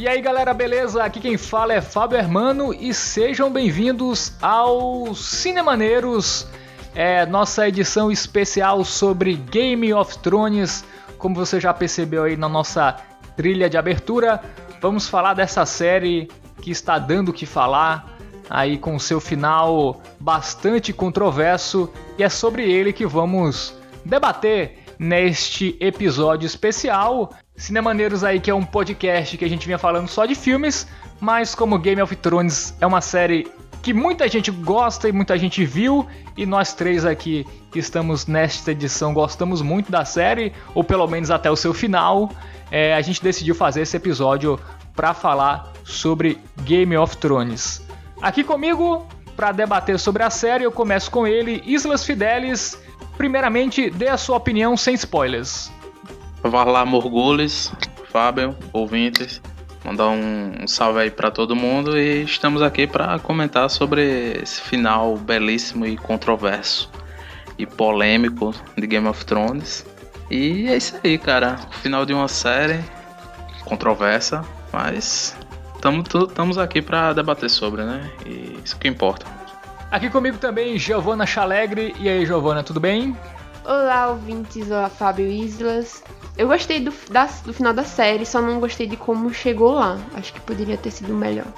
E aí galera, beleza? Aqui quem fala é Fábio Hermano e sejam bem-vindos ao Cinemaneiros, nossa edição especial sobre Game of Thrones. Como você já percebeu aí na nossa trilha de abertura, vamos falar dessa série que está dando o que falar, aí com seu final bastante controverso, e é sobre ele que vamos debater neste episódio especial. Cinemaneiros aí, que é um podcast que a gente vinha falando só de filmes, mas como Game of Thrones é uma série que muita gente gosta e muita gente viu, e nós três aqui que estamos nesta edição gostamos muito da série, ou pelo menos até o seu final, a gente decidiu fazer esse episódio para falar sobre Game of Thrones. Aqui comigo, para debater sobre a série, eu começo com ele, Islas Fidelis. Primeiramente, dê a sua opinião sem spoilers. Vai lá, Morgulhos, Fábio, ouvintes, mandar um salve aí pra todo mundo, e estamos aqui para comentar sobre esse final belíssimo e controverso e polêmico de Game of Thrones. E é isso aí, cara, final de uma série controversa, mas estamos aqui para debater sobre, né, e isso que importa. Aqui comigo também, Giovana Chalegre. E aí, Giovana, tudo bem? Olá, ouvintes, olá, Fábio Islas. Eu gostei do final da série, só não gostei de como chegou lá. Acho que poderia ter sido melhor.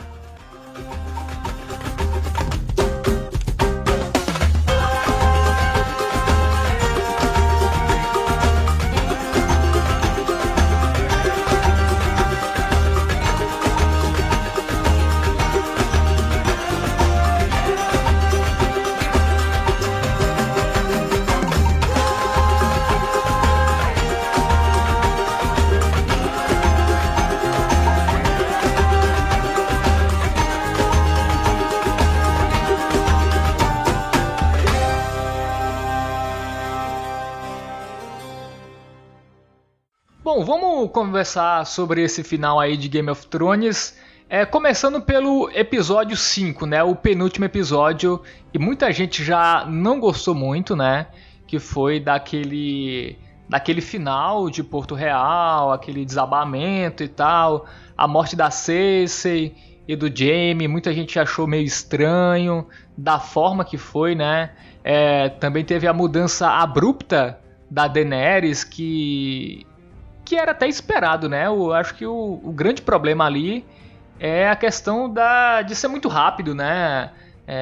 Bom, vamos conversar sobre esse final aí de Game of Thrones, começando pelo episódio 5, né, o penúltimo episódio, e muita gente já não gostou muito, né, que foi daquele final de Porto Real, aquele desabamento e tal, a morte da Cersei e do Jaime. Muita gente achou meio estranho da forma que foi, né, também teve a mudança abrupta da Daenerys, que era até esperado, né? Eu acho que o grande problema ali é a questão de ser muito rápido, né?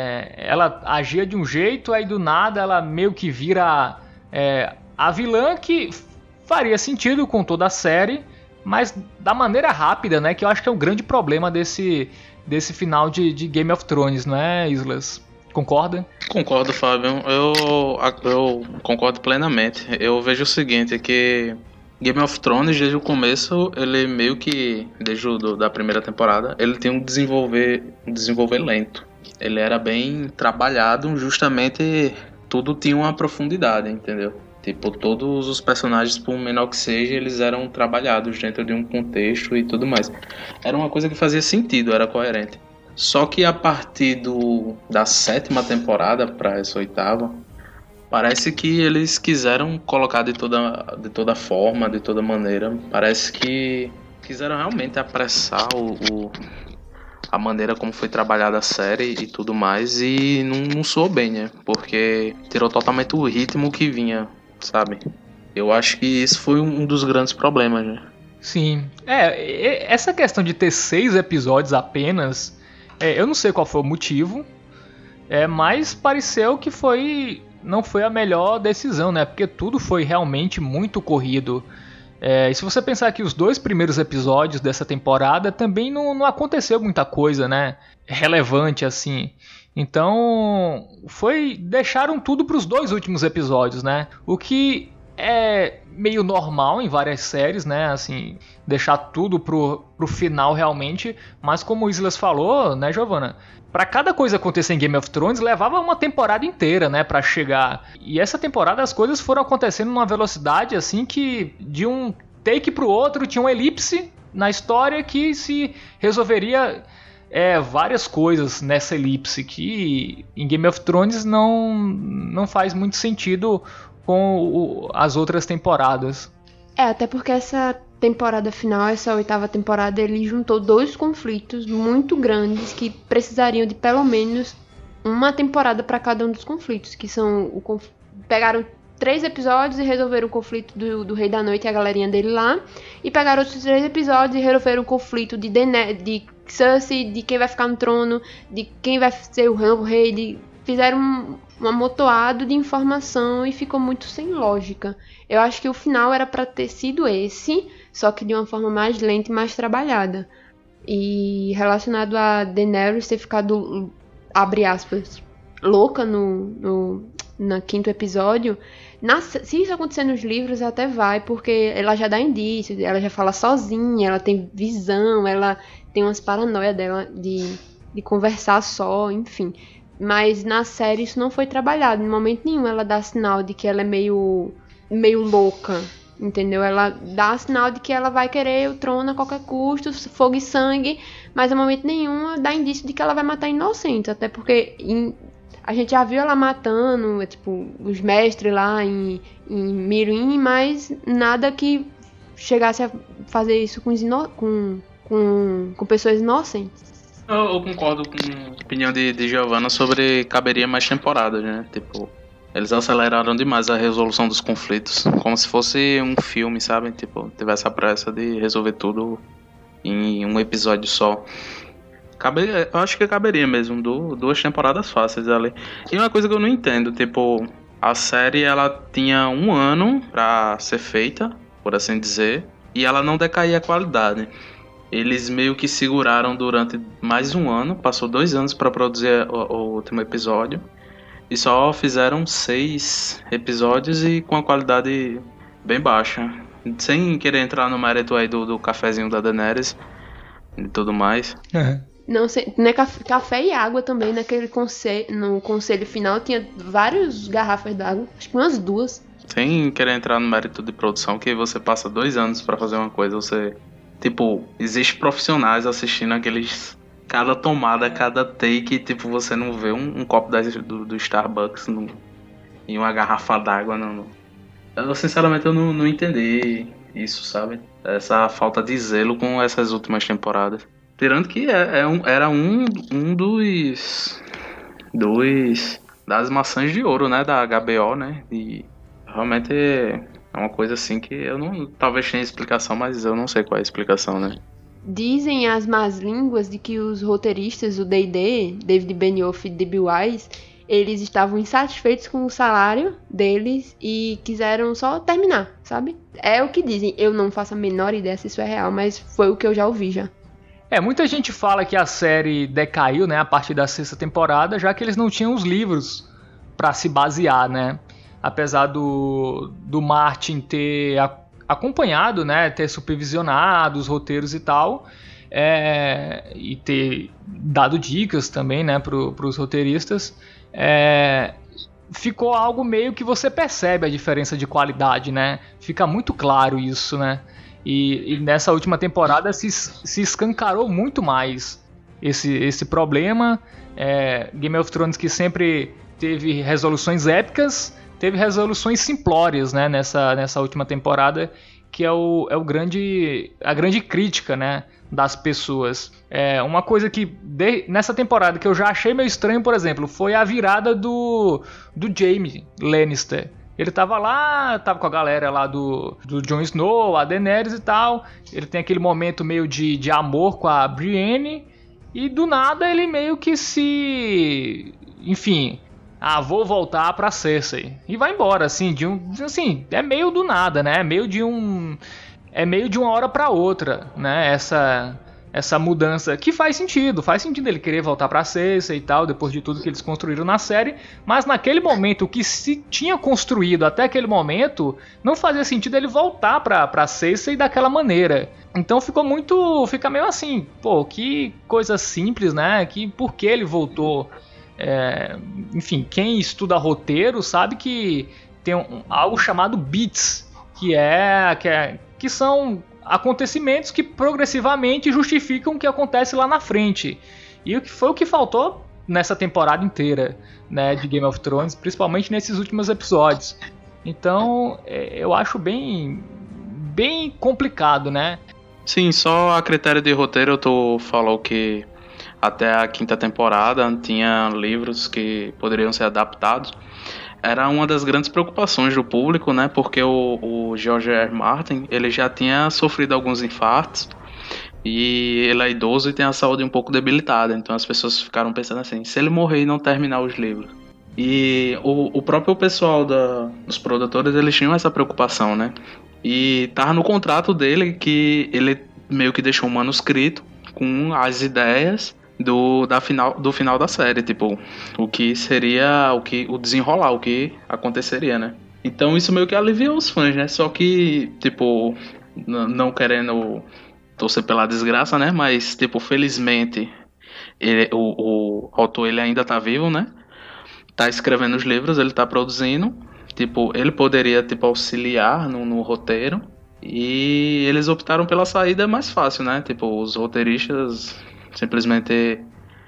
Ela agia de um jeito, aí do nada ela meio que vira a vilã, que faria sentido com toda a série, mas da maneira rápida, né? Que eu acho que é o grande problema desse final de Game of Thrones, não é, Islas? Concorda? Concordo, Fábio. Eu concordo plenamente. Eu vejo o seguinte, que Game of Thrones, desde o começo, ele meio que, desde da primeira temporada, ele tem um desenvolver lento. Ele era bem trabalhado, justamente tudo tinha uma profundidade, entendeu? Tipo, todos os personagens, por menor que seja, eles eram trabalhados dentro de um contexto e tudo mais. Era uma coisa que fazia sentido, era coerente. Só que a partir da 7ª temporada para essa 8ª, parece que eles quiseram colocar de toda forma, de toda maneira. Parece que quiseram realmente apressar a maneira como foi trabalhada a série e tudo mais. E não soou bem, né? Porque tirou totalmente o ritmo que vinha, sabe? Eu acho que isso foi um dos grandes problemas, né? Sim. Essa questão de ter 6 episódios apenas, eu não sei qual foi o motivo, mas pareceu que não foi a melhor decisão, né? Porque tudo foi realmente muito corrido. E se você pensar que os 2 primeiros episódios dessa temporada também não aconteceu muita coisa, né? Relevante assim. Então, deixaram tudo para os 2 últimos episódios, né? O que é meio normal em várias séries, né? Assim, deixar tudo pro final realmente. Mas como o Islas falou, né, Giovana? Pra cada coisa acontecer em Game of Thrones, levava uma temporada inteira, né, pra chegar. E essa temporada as coisas foram acontecendo numa velocidade, assim, que de um take pro outro tinha uma elipse na história que se resolveria várias coisas nessa elipse, que em Game of Thrones não faz muito sentido com as outras temporadas. Até porque essa temporada final, essa 8ª temporada, ele juntou 2 conflitos muito grandes que precisariam de pelo menos uma temporada para cada um dos conflitos, que são pegaram 3 episódios e resolveram o conflito do Rei da Noite e a galerinha dele lá, e pegaram outros 3 episódios e resolveram o conflito de Cersei, de quem vai ficar no trono, de quem vai ser o novo rei, fizeram um amontoado de informação e ficou muito sem lógica. Eu acho que o final era para ter sido esse, só que de uma forma mais lenta e mais trabalhada. E relacionado a Daenerys ter ficado, abre aspas, louca no 5º episódio, se isso acontecer nos livros até vai, porque ela já dá indícios, ela já fala sozinha, ela tem visão, ela tem umas paranoias dela de conversar só, enfim. Mas na série isso não foi trabalhado, em momento nenhum ela dá sinal de que ela é meio louca, entendeu? Ela dá sinal de que ela vai querer o trono a qualquer custo, fogo e sangue, mas em momento nenhum dá indício de que ela vai matar inocentes, até porque a gente já viu ela matando, tipo, os mestres lá em Meereen, mas nada que chegasse a fazer isso com pessoas inocentes. Eu concordo com a opinião de Giovanna sobre caberia mais temporadas, né? Tipo, eles aceleraram demais a resolução dos conflitos, como se fosse um filme, sabe? Tipo, tivesse a pressa de resolver tudo em um episódio só. Eu acho que caberia mesmo, 2 temporadas fáceis ali. E uma coisa que eu não entendo, tipo, a série ela tinha 1 ano pra ser feita, por assim dizer, e ela não decaía a qualidade. Eles meio que seguraram durante mais 1 ano, passou 2 anos para produzir o último episódio, e só fizeram 6 episódios e com a qualidade bem baixa. Sem querer entrar no mérito aí do cafezinho da Daenerys e tudo mais. Uhum. Não sei, né, café e água também, no conselho final tinha várias garrafas d'água, acho que umas 2. Sem querer entrar no mérito de produção, que você passa 2 anos para fazer uma coisa, você... Tipo, existem profissionais assistindo aqueles... Cada tomada, cada take, tipo, você não vê um copo do Starbucks em uma garrafa d'água. Eu, sinceramente, eu não entendi isso, sabe? Essa falta de zelo com essas últimas temporadas. Tirando que era um das maçãs de ouro, né? Da HBO, né? E realmente... É uma coisa assim que eu não... Talvez tenha explicação, mas eu não sei qual é a explicação, né? Dizem as más línguas de que os roteiristas, o D&D, David Benioff e D.B. Weiss, eles estavam insatisfeitos com o salário deles e quiseram só terminar, sabe? É o que dizem. Eu não faço a menor ideia se isso é real, mas foi o que eu já ouvi já. Muita gente fala que a série decaiu, né, a partir da 6ª temporada, já que eles não tinham os livros para se basear, né? Apesar do Martin ter acompanhado, né, ter supervisionado os roteiros e tal, e ter dado dicas também, né, para os roteiristas, ficou algo meio que você percebe a diferença de qualidade, né? Fica muito claro isso, né? E nessa última temporada se escancarou muito mais esse problema. Game of Thrones, que sempre teve resoluções épicas, teve resoluções simplórias, né, nessa última temporada, que é a grande crítica, né, das pessoas. Uma coisa que nessa temporada que eu já achei meio estranho, por exemplo, foi a virada do Jaime Lannister. Ele tava com a galera lá do Jon Snow, a Daenerys e tal. Ele tem aquele momento meio de amor com a Brienne, e do nada ele meio que enfim... vou voltar pra Cersei. E vai embora, assim, é meio do nada, né? É meio de uma hora pra outra, né? Essa mudança, que faz sentido ele querer voltar pra Cersei e tal, depois de tudo que eles construíram na série, mas naquele momento, o que se tinha construído até aquele momento, não fazia sentido ele voltar pra Cersei daquela maneira. Então fica meio assim, pô, que coisa simples, né? Por que ele voltou? Enfim, quem estuda roteiro sabe que tem algo chamado beats, que são acontecimentos que progressivamente justificam o que acontece lá na frente. E foi o que faltou nessa temporada inteira, né, de Game of Thrones, principalmente nesses últimos episódios. Então, eu acho bem bem complicado, né? Sim, só a critério de roteiro tu falou que até a 5ª temporada tinha livros que poderiam ser adaptados. Era uma das grandes preocupações do público, né? Porque o George R. R. Martin, ele já tinha sofrido alguns infartos e ele é idoso e tem a saúde um pouco debilitada. Então as pessoas ficaram pensando assim, se ele morrer e não terminar os livros. E o próprio pessoal dos produtores, eles tinham essa preocupação, né? E tava no contrato dele que ele meio que deixou um manuscrito com as ideias do final da série, tipo, o que seria o desenrolar, o que aconteceria, né? Então isso meio que aliviou os fãs, né? Só que, tipo, não querendo torcer pela desgraça, né? Mas, tipo, felizmente o autor ele ainda tá vivo, né? Tá escrevendo os livros, ele tá produzindo. Tipo, ele poderia, tipo, auxiliar no roteiro. E eles optaram pela saída mais fácil, né? Tipo, os roteiristas simplesmente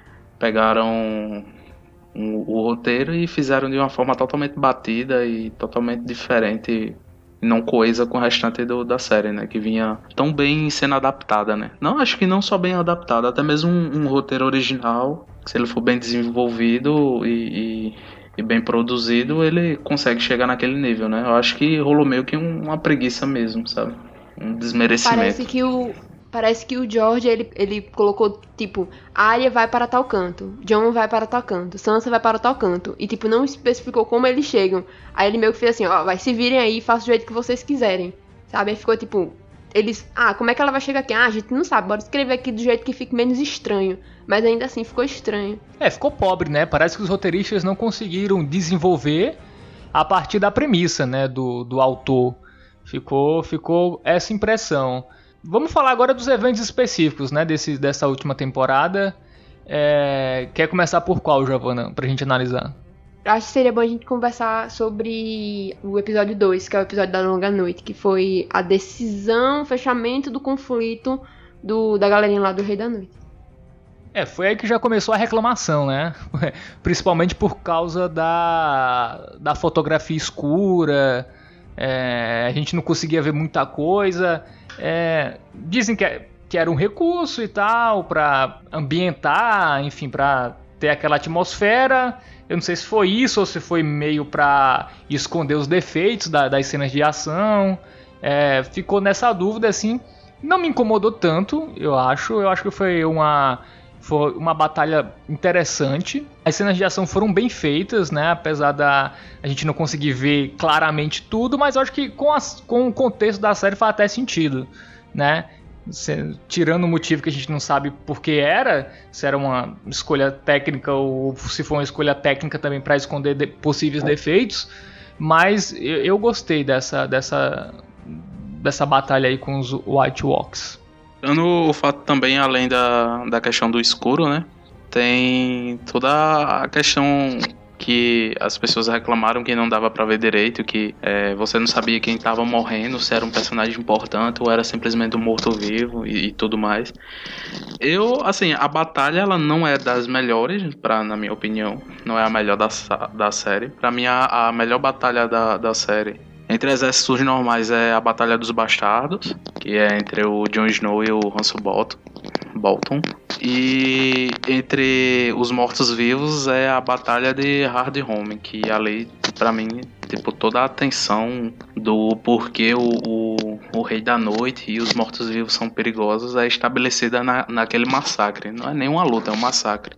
pegaram o roteiro e fizeram de uma forma totalmente batida e totalmente diferente, não coesa com o restante da série, né? Que vinha tão bem sendo adaptada, né? Não, acho que não só bem adaptada, até mesmo um roteiro original, se ele for bem desenvolvido e bem produzido, ele consegue chegar naquele nível, né? Eu acho que rolou meio que uma preguiça mesmo, sabe? Um desmerecimento. Parece que o George, ele colocou, tipo, Arya vai para tal canto, Jon vai para tal canto, Sansa vai para tal canto. E, tipo, não especificou como eles chegam. Aí ele meio que fez assim, ó, vai se virem aí, faça do jeito que vocês quiserem. Sabe? Aí ficou, tipo, eles... como é que ela vai chegar aqui? A gente não sabe, bora escrever aqui do jeito que fique menos estranho. Mas ainda assim, ficou estranho. Ficou pobre, né? Parece que os roteiristas não conseguiram desenvolver a partir da premissa, né, do autor. Ficou essa impressão. Vamos falar agora dos eventos específicos, né, dessa última temporada. Quer começar por qual, Giovana, pra gente analisar? Acho que seria bom a gente conversar sobre o episódio 2, que é o episódio da Longa Noite, que foi a decisão, o fechamento do conflito da galerinha lá do Rei da Noite. Foi aí que já começou a reclamação, né? Principalmente por causa da fotografia escura. A gente não conseguia ver muita coisa. Dizem que era um recurso e tal, pra ambientar, enfim, pra ter aquela atmosfera. Eu não sei se foi isso ou se foi meio pra esconder os defeitos das cenas de ação. Ficou nessa dúvida, assim. Não me incomodou tanto, eu acho. Eu acho que foi uma batalha interessante. As cenas de ação foram bem feitas, né? Apesar a gente não conseguir ver claramente tudo, mas eu acho que com o contexto da série faz até sentido, né? Tirando o motivo que a gente não sabe por que se era uma escolha técnica ou se foi uma escolha técnica também para esconder possíveis defeitos, mas eu gostei dessa batalha aí com os White Walks. Dando o fato também, além da questão do escuro, né? Tem toda a questão que as pessoas reclamaram que não dava pra ver direito, que você não sabia quem tava morrendo, se era um personagem importante ou era simplesmente um morto-vivo e tudo mais. A batalha ela não é das melhores, na minha opinião, não é a melhor da série. Pra mim, a melhor batalha da série entre exércitos normais é a Batalha dos Bastardos, que é entre o Jon Snow e o Ramsay Bolton. E entre os mortos-vivos é a Batalha de Hardhome, que ali, pra mim, tipo, toda a atenção do porquê o Rei da Noite e os mortos-vivos são perigosos é estabelecida naquele massacre. Não é nem uma luta, é um massacre.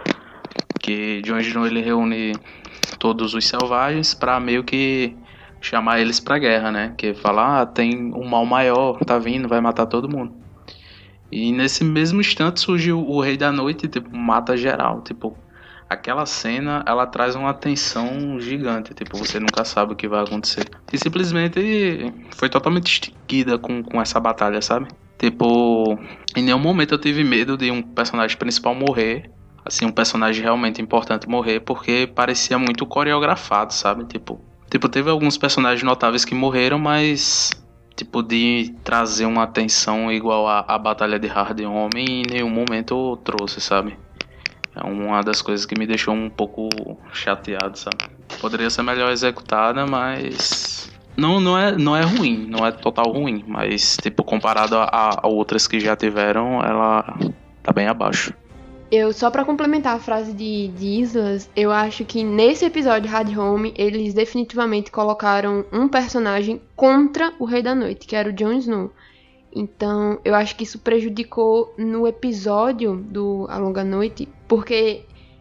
Que Jon Snow ele reúne todos os selvagens pra meio que chamar eles pra guerra, né? Que fala, tem um mal maior, tá vindo, vai matar todo mundo. E nesse mesmo instante surgiu o Rei da Noite e, tipo, mata geral. Tipo, aquela cena, ela traz uma tensão gigante. Tipo, você nunca sabe o que vai acontecer. E simplesmente foi totalmente extinguida com essa batalha, sabe? Tipo, em nenhum momento eu tive medo de um personagem principal morrer. Assim, um personagem realmente importante morrer, porque parecia muito coreografado, sabe? Tipo, teve alguns personagens notáveis que morreram, mas tipo, de trazer uma tensão igual a Batalha de Hardhome em nenhum momento trouxe, sabe? É uma das coisas que me deixou um pouco chateado, sabe? Poderia ser melhor executada, mas Não é ruim, não é total ruim, mas, tipo, comparado a outras que já tiveram, ela tá bem abaixo. Só pra complementar a frase de Islas, eu acho que nesse episódio Hard Home, eles definitivamente colocaram um personagem contra o Rei da Noite, que era o Jon Snow. Então, eu acho que isso prejudicou no episódio do A Longa Noite, porque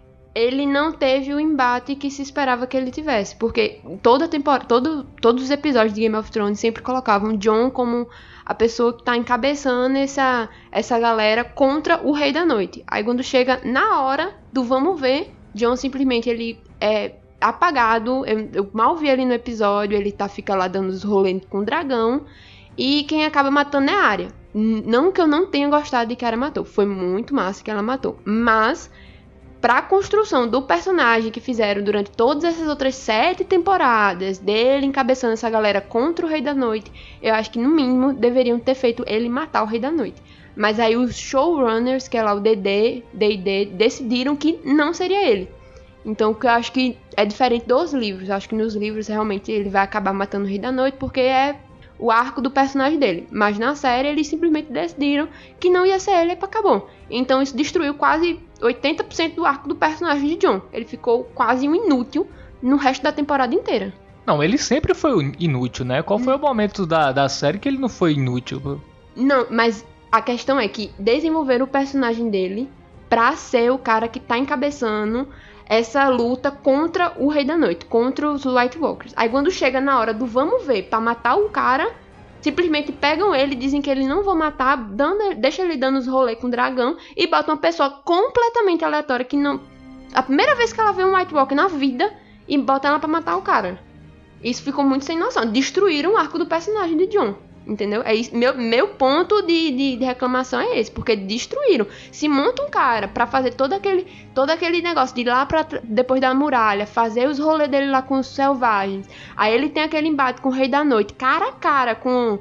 ele não teve o embate que se esperava que ele tivesse. Porque toda temporada, todos os episódios de Game of Thrones sempre colocavam Jon como a pessoa que tá encabeçando essa galera contra o Rei da Noite. Aí quando chega na hora do vamos ver, Jon simplesmente ele é apagado. Eu mal vi ele no episódio, ele fica lá dando os rolês com o dragão. E quem acaba matando é a Arya. Não que eu não tenha gostado de que a Arya matou. Foi muito massa que ela matou. Mas pra construção do personagem que fizeram durante todas essas outras 7 temporadas, dele encabeçando essa galera contra o Rei da Noite, eu acho que no mínimo deveriam ter feito ele matar o Rei da Noite. Mas aí os showrunners, que é lá o D&D, decidiram que não seria ele. Então, o que eu acho que é diferente dos livros. Eu acho que nos livros realmente ele vai acabar matando o Rei da Noite porque é o arco do personagem dele. Mas na série eles simplesmente decidiram que não ia ser ele e acabou. Então isso destruiu quase 80% do arco do personagem de Jon. Ele ficou quase um inútil no resto da temporada inteira. Não, ele sempre foi inútil, né? Qual foi o momento da série que ele não foi inútil? Não, mas a questão é que desenvolveram o personagem dele pra ser o cara que tá encabeçando essa luta contra o Rei da Noite, contra os White Walkers. Aí quando chega na hora do vamos ver pra matar o cara, simplesmente pegam ele, dizem que eles não vão matar, deixa ele dando os rolês com o dragão e botam uma pessoa completamente aleatória que não... A primeira vez que ela vê um White Walker na vida e botam ela pra matar o cara. Isso ficou muito sem noção. Destruíram o arco do personagem de Jon. Entendeu? É isso. Meu ponto de reclamação é esse, porque destruíram. Se monta um cara pra fazer todo aquele negócio de ir lá pra depois da muralha, fazer os rolês dele lá com os selvagens, aí ele tem aquele embate com o Rei da Noite, cara a cara com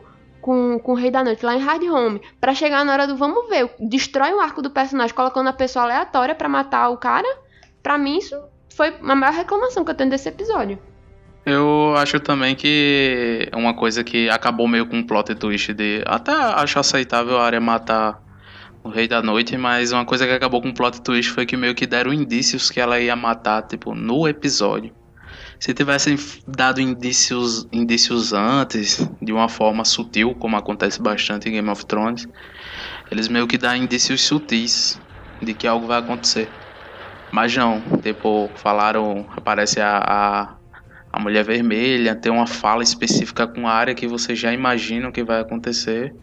o Rei da Noite lá em Hard Home, pra chegar na hora do vamos ver, destrói o arco do personagem colocando a pessoa aleatória pra matar o cara. Pra mim isso foi a maior reclamação que eu tenho desse episódio. Eu acho também que uma coisa que acabou meio com um plot twist de... Até acho aceitável a Arya matar o Rei da Noite, mas uma coisa que acabou com um plot twist foi que meio que deram indícios que ela ia matar, tipo, no episódio. Se tivessem dado indícios antes, de uma forma sutil, como acontece bastante em Game of Thrones, eles meio que dão indícios sutis de que algo vai acontecer. Mas não, tipo, falaram, aparece a Mulher Vermelha, tem uma fala específica com a Arya que você já imagina o que vai acontecer.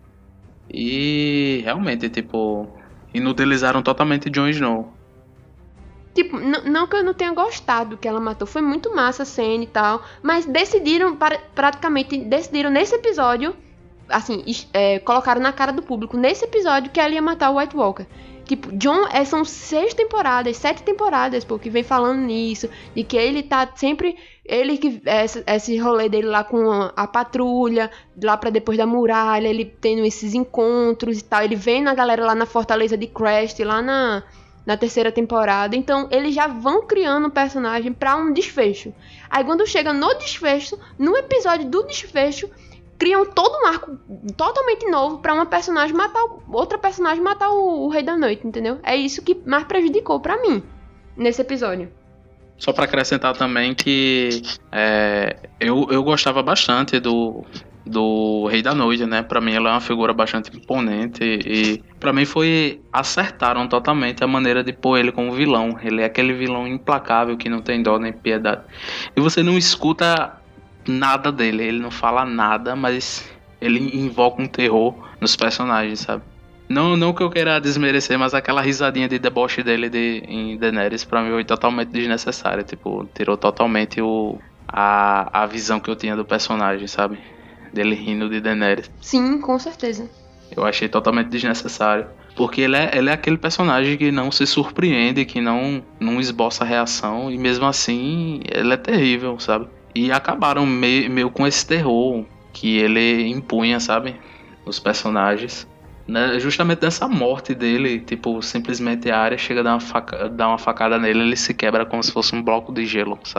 E realmente, tipo, inutilizaram totalmente Jon Snow. Tipo, não que eu não tenha gostado que ela matou, foi muito massa a cena e tal, mas praticamente decidiram nesse episódio, assim, colocaram na cara do público nesse episódio que ela ia matar o White Walker. Tipo, Jon, são 7 temporadas, pô, que vem falando nisso, de que ele tá sempre, ele que, esse rolê dele lá com a patrulha, lá pra depois da muralha, ele tendo esses encontros e tal, ele vem na galera lá na Fortaleza de Crest, lá na 3ª temporada, então eles já vão criando um personagem pra um desfecho. Aí quando chega no desfecho, no episódio do desfecho, criam todo um arco totalmente novo pra uma personagem matar outra personagem matar o Rei da Noite, entendeu? É isso que mais prejudicou pra mim nesse episódio. Só pra acrescentar também que eu gostava bastante do Rei da Noite, né? Pra mim ela é uma figura bastante imponente e pra mim acertaram totalmente a maneira de pôr ele como vilão. Ele é aquele vilão implacável que não tem dó nem piedade. E você não escuta nada dele, ele não fala nada, mas ele invoca um terror nos personagens, sabe? Não que eu queira desmerecer, mas aquela risadinha de deboche dele em Daenerys pra mim foi totalmente desnecessária, tipo, tirou totalmente a visão que eu tinha do personagem, sabe? Dele rindo de Daenerys. Sim, com certeza. Eu achei totalmente desnecessário, porque ele é aquele personagem que não se surpreende, que não esboça reação, e mesmo assim ele é terrível, sabe? E acabaram meio com esse terror que ele impunha, sabe? Os personagens. Né? Justamente nessa morte dele, tipo, simplesmente a Arya chega a dar uma facada nele, ele se quebra como se fosse um bloco de gelo, sabe?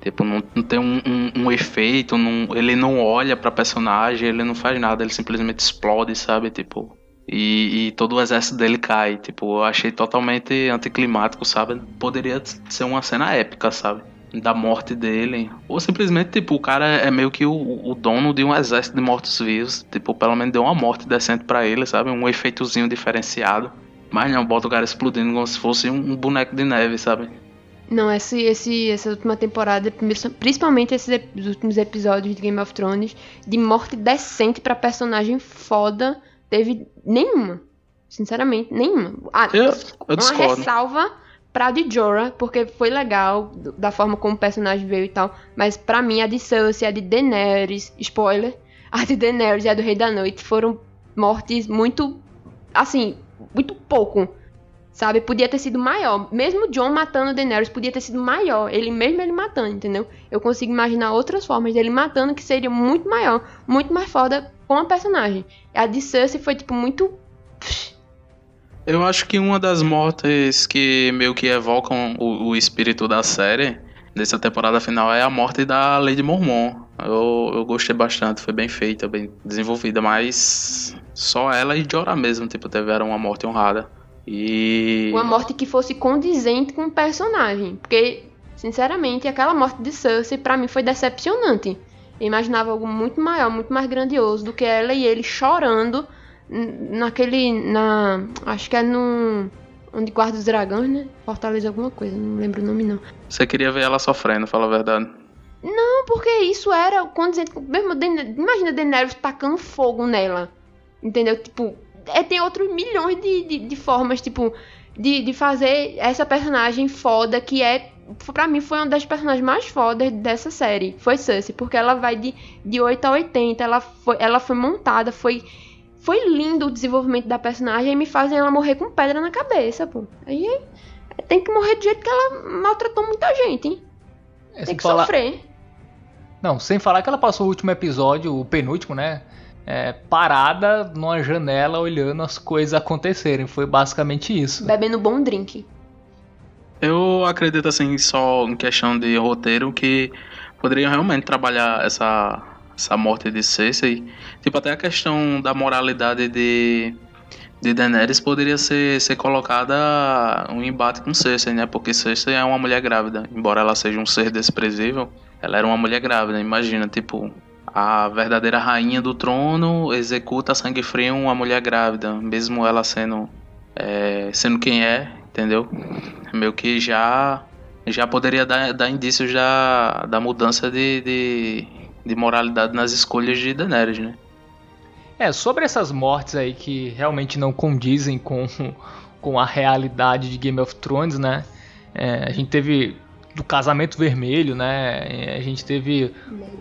Tipo, não tem um efeito, ele não olha pra personagem, ele não faz nada, ele simplesmente explode, sabe? Tipo, e todo o exército dele cai. Tipo, eu achei totalmente anticlimático, sabe? Poderia ser uma cena épica, sabe? Da morte dele. Ou simplesmente, tipo, o cara é meio que o dono de um exército de mortos-vivos. Tipo, pelo menos deu uma morte decente pra ele, sabe? Um efeitozinho diferenciado. Mas não, bota o cara explodindo como se fosse um boneco de neve, sabe? Não, essa última temporada, principalmente esses últimos episódios de Game of Thrones, de morte decente pra personagem foda, teve nenhuma. Sinceramente, nenhuma. Eu uma discordo. ressalva pra de Jorah, porque foi legal da forma como o personagem veio e tal, mas pra mim a de Cersei, a de Daenerys, spoiler, a de Daenerys e a do Rei da Noite foram mortes muito, assim, muito pouco. Sabe, podia ter sido maior. Mesmo Jon matando Daenerys podia ter sido maior. Ele matando, entendeu? Eu consigo imaginar outras formas dele matando que seria muito maior, muito mais foda com a personagem. A de Cersei foi, tipo, muito... Eu acho que uma das mortes que meio que evocam o espírito da série, dessa temporada final, é a morte da Lady Mormont. Eu gostei bastante, foi bem feita, bem desenvolvida, mas só ela e Jorah mesmo, tipo, tiveram uma morte honrada. E... uma morte que fosse condizente com o personagem. Porque, sinceramente, aquela morte de Cersei pra mim foi decepcionante. Eu imaginava algo muito maior, muito mais grandioso do que ela e ele chorando acho que é no... onde guarda os dragões, né? Fortaleza alguma coisa, não lembro o nome não. Você queria ver ela sofrendo, fala a verdade. Não, porque isso era condizente com... Mesmo, imagina Daenerys tacando fogo nela. Entendeu? Tipo... tem outros milhões de formas, tipo, de fazer essa personagem foda, que pra mim foi uma das personagens mais fodas dessa série, foi Cersei, porque ela vai de 8 a 80, ela foi montada, foi lindo o desenvolvimento da personagem, e me fazem ela morrer com pedra na cabeça, pô. Aí tem que morrer do jeito que ela maltratou muita gente, hein? Tem que sofrer. Não, sem falar que ela passou o último episódio, o penúltimo, né? Parada numa janela olhando as coisas acontecerem. Foi basicamente isso. Bebendo bom drink. Eu acredito, assim, só em questão de roteiro, que poderiam realmente trabalhar essa morte de Cersei. Tipo, até a questão da moralidade de Daenerys poderia ser colocada um embate com Cersei, né? Porque Cersei é uma mulher grávida. Embora ela seja um ser desprezível, ela era uma mulher grávida. Imagina, tipo... a verdadeira rainha do trono executa a sangue frio uma mulher grávida, mesmo ela sendo quem é, entendeu? Meio que já poderia dar indícios da mudança de moralidade nas escolhas de Daenerys, né? Sobre essas mortes aí que realmente não condizem com a realidade de Game of Thrones, né? A gente teve do Casamento Vermelho, né? A gente teve...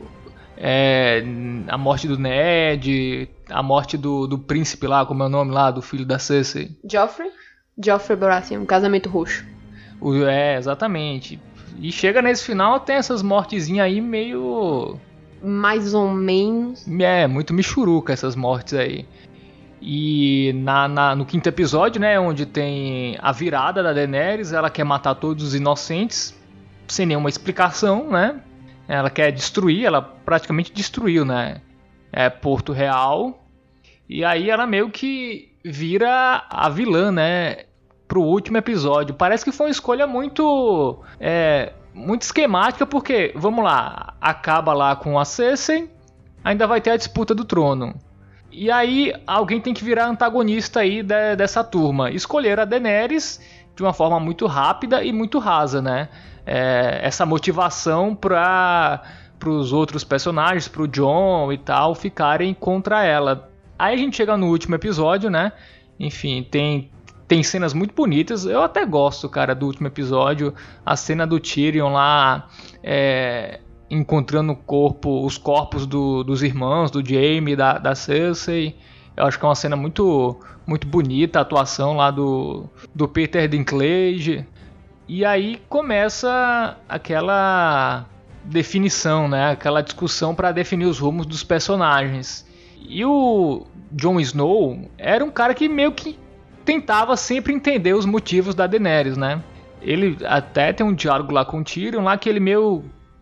a morte do Ned, a morte do príncipe lá, como é o nome lá, do filho da Cersei. Joffrey Baratheon, Casamento Roxo. Exatamente. E chega nesse final, tem essas mortezinhas aí meio... mais ou menos. Muito michuruca essas mortes aí. E no quinto episódio, né, onde tem a virada da Daenerys, ela quer matar todos os inocentes, sem nenhuma explicação, né? Ela quer destruir, ela praticamente destruiu, né? Porto Real. E aí ela meio que vira a vilã, né? Pro último episódio. Parece que foi uma escolha muito esquemática, porque, vamos lá, acaba lá com a Cersei, ainda vai ter a disputa do trono. E aí alguém tem que virar antagonista aí dessa turma. Escolheram a Daenerys de uma forma muito rápida e muito rasa, né? Essa motivação para os outros personagens, pro Jon e tal, ficarem contra ela. Aí a gente chega no último episódio, né? Enfim, tem cenas muito bonitas. Eu até gosto, cara, do último episódio. A cena do Tyrion lá encontrando os corpos dos irmãos, do Jaime e da Cersei. Eu acho que é uma cena muito, muito bonita, a atuação lá do Peter Dinklage. E aí começa aquela definição, né? Aquela discussão para definir os rumos dos personagens. E o Jon Snow era um cara que meio que tentava sempre entender os motivos da Daenerys, né? Ele até tem um diálogo lá com o Tyrion, lá que ele meio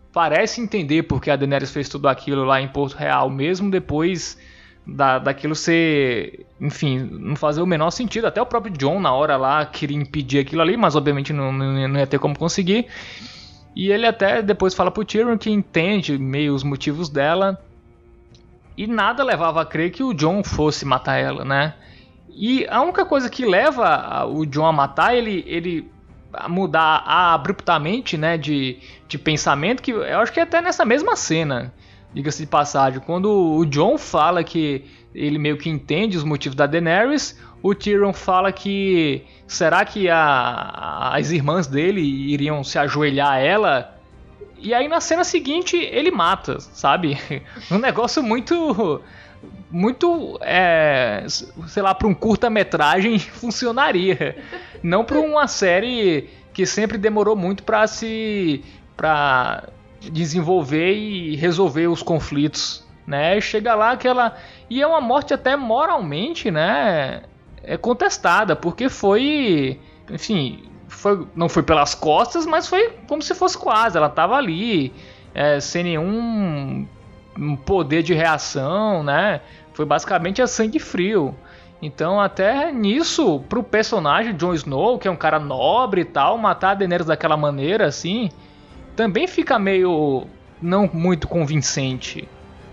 parece entender porque a Daenerys fez tudo aquilo lá em Porto Real, mesmo depois daquilo ser, enfim, não fazer o menor sentido. Até o próprio Jon na hora lá queria impedir aquilo ali, mas obviamente não ia ter como conseguir. E ele até depois fala pro Tyrion que entende meio os motivos dela. E nada levava a crer que o Jon fosse matar ela, né? E a única coisa que leva o Jon a matar ele a mudar abruptamente, né, de pensamento, que eu acho que é até nessa mesma cena, diga-se de passagem, quando o Jon fala que ele meio que entende os motivos da Daenerys, o Tyrion fala que será que as irmãs dele iriam se ajoelhar a ela? E aí na cena seguinte ele mata, sabe? Um negócio muito, sei lá, para um curta-metragem funcionaria. Não para uma série que sempre demorou muito para desenvolver e resolver os conflitos, né? Chega lá e é uma morte até moralmente, né? É contestada, porque foi, enfim, não foi pelas costas, mas foi como se fosse quase. Ela estava ali, sem nenhum poder de reação, né? Foi basicamente a sangue frio. Então até nisso, pro personagem Jon Snow, que é um cara nobre e tal, matar a Daenerys daquela maneira assim, também fica meio não muito convincente.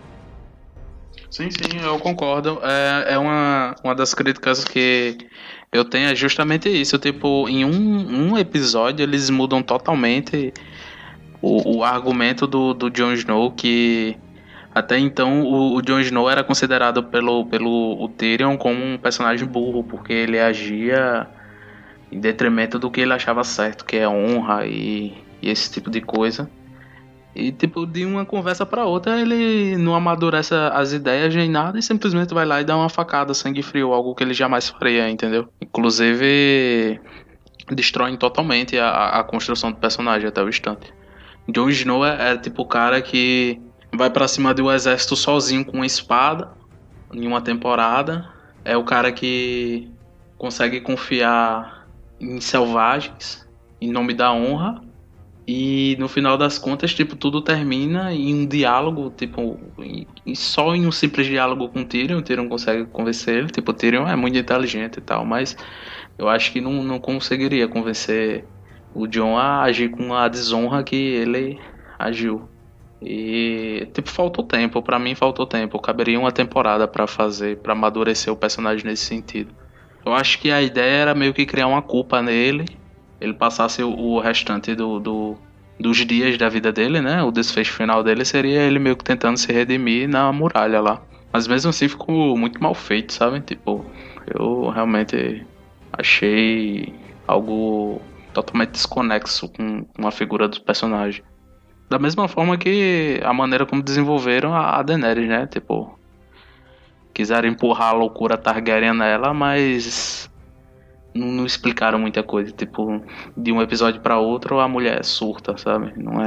Sim, eu concordo. É uma das críticas que eu tenho, é justamente isso. Tipo, em um episódio eles mudam totalmente o argumento do Jon Snow, que até então o Jon Snow era considerado pelo Tyrion como um personagem burro, porque ele agia em detrimento do que ele achava certo, que é honra e esse tipo de coisa. E tipo, de uma conversa pra outra ele não amadurece as ideias nem nada e simplesmente vai lá e dá uma facada, sangue frio, algo que ele jamais faria, entendeu? Inclusive destroem totalmente a construção do personagem até o instante. Jon Snow é tipo o cara que vai pra cima de um exército sozinho com uma espada em uma temporada. É o cara que consegue confiar em selvagens em nome da honra. E no final das contas, tipo, tudo termina em um diálogo, tipo, só em um simples diálogo com o Tyrion. O Tyrion consegue convencer ele. Tipo, o Tyrion é muito inteligente e tal, mas eu acho que não conseguiria convencer o Jon a agir com a desonra que ele agiu. E, tipo, faltou tempo. Pra mim, faltou tempo. Caberia uma temporada pra amadurecer o personagem nesse sentido. Eu acho que a ideia era meio que criar uma culpa nele. Ele passasse o restante dos dias da vida dele, né? O desfecho final dele seria ele meio que tentando se redimir na muralha lá. Mas mesmo assim ficou muito mal feito, sabe? Tipo, eu realmente achei algo totalmente desconexo com a figura do personagem. Da mesma forma que a maneira como desenvolveram a Daenerys, né? Tipo, quiseram empurrar a loucura Targaryen nela, mas não explicaram muita coisa. Tipo, de um episódio pra outro a mulher surta, sabe? Não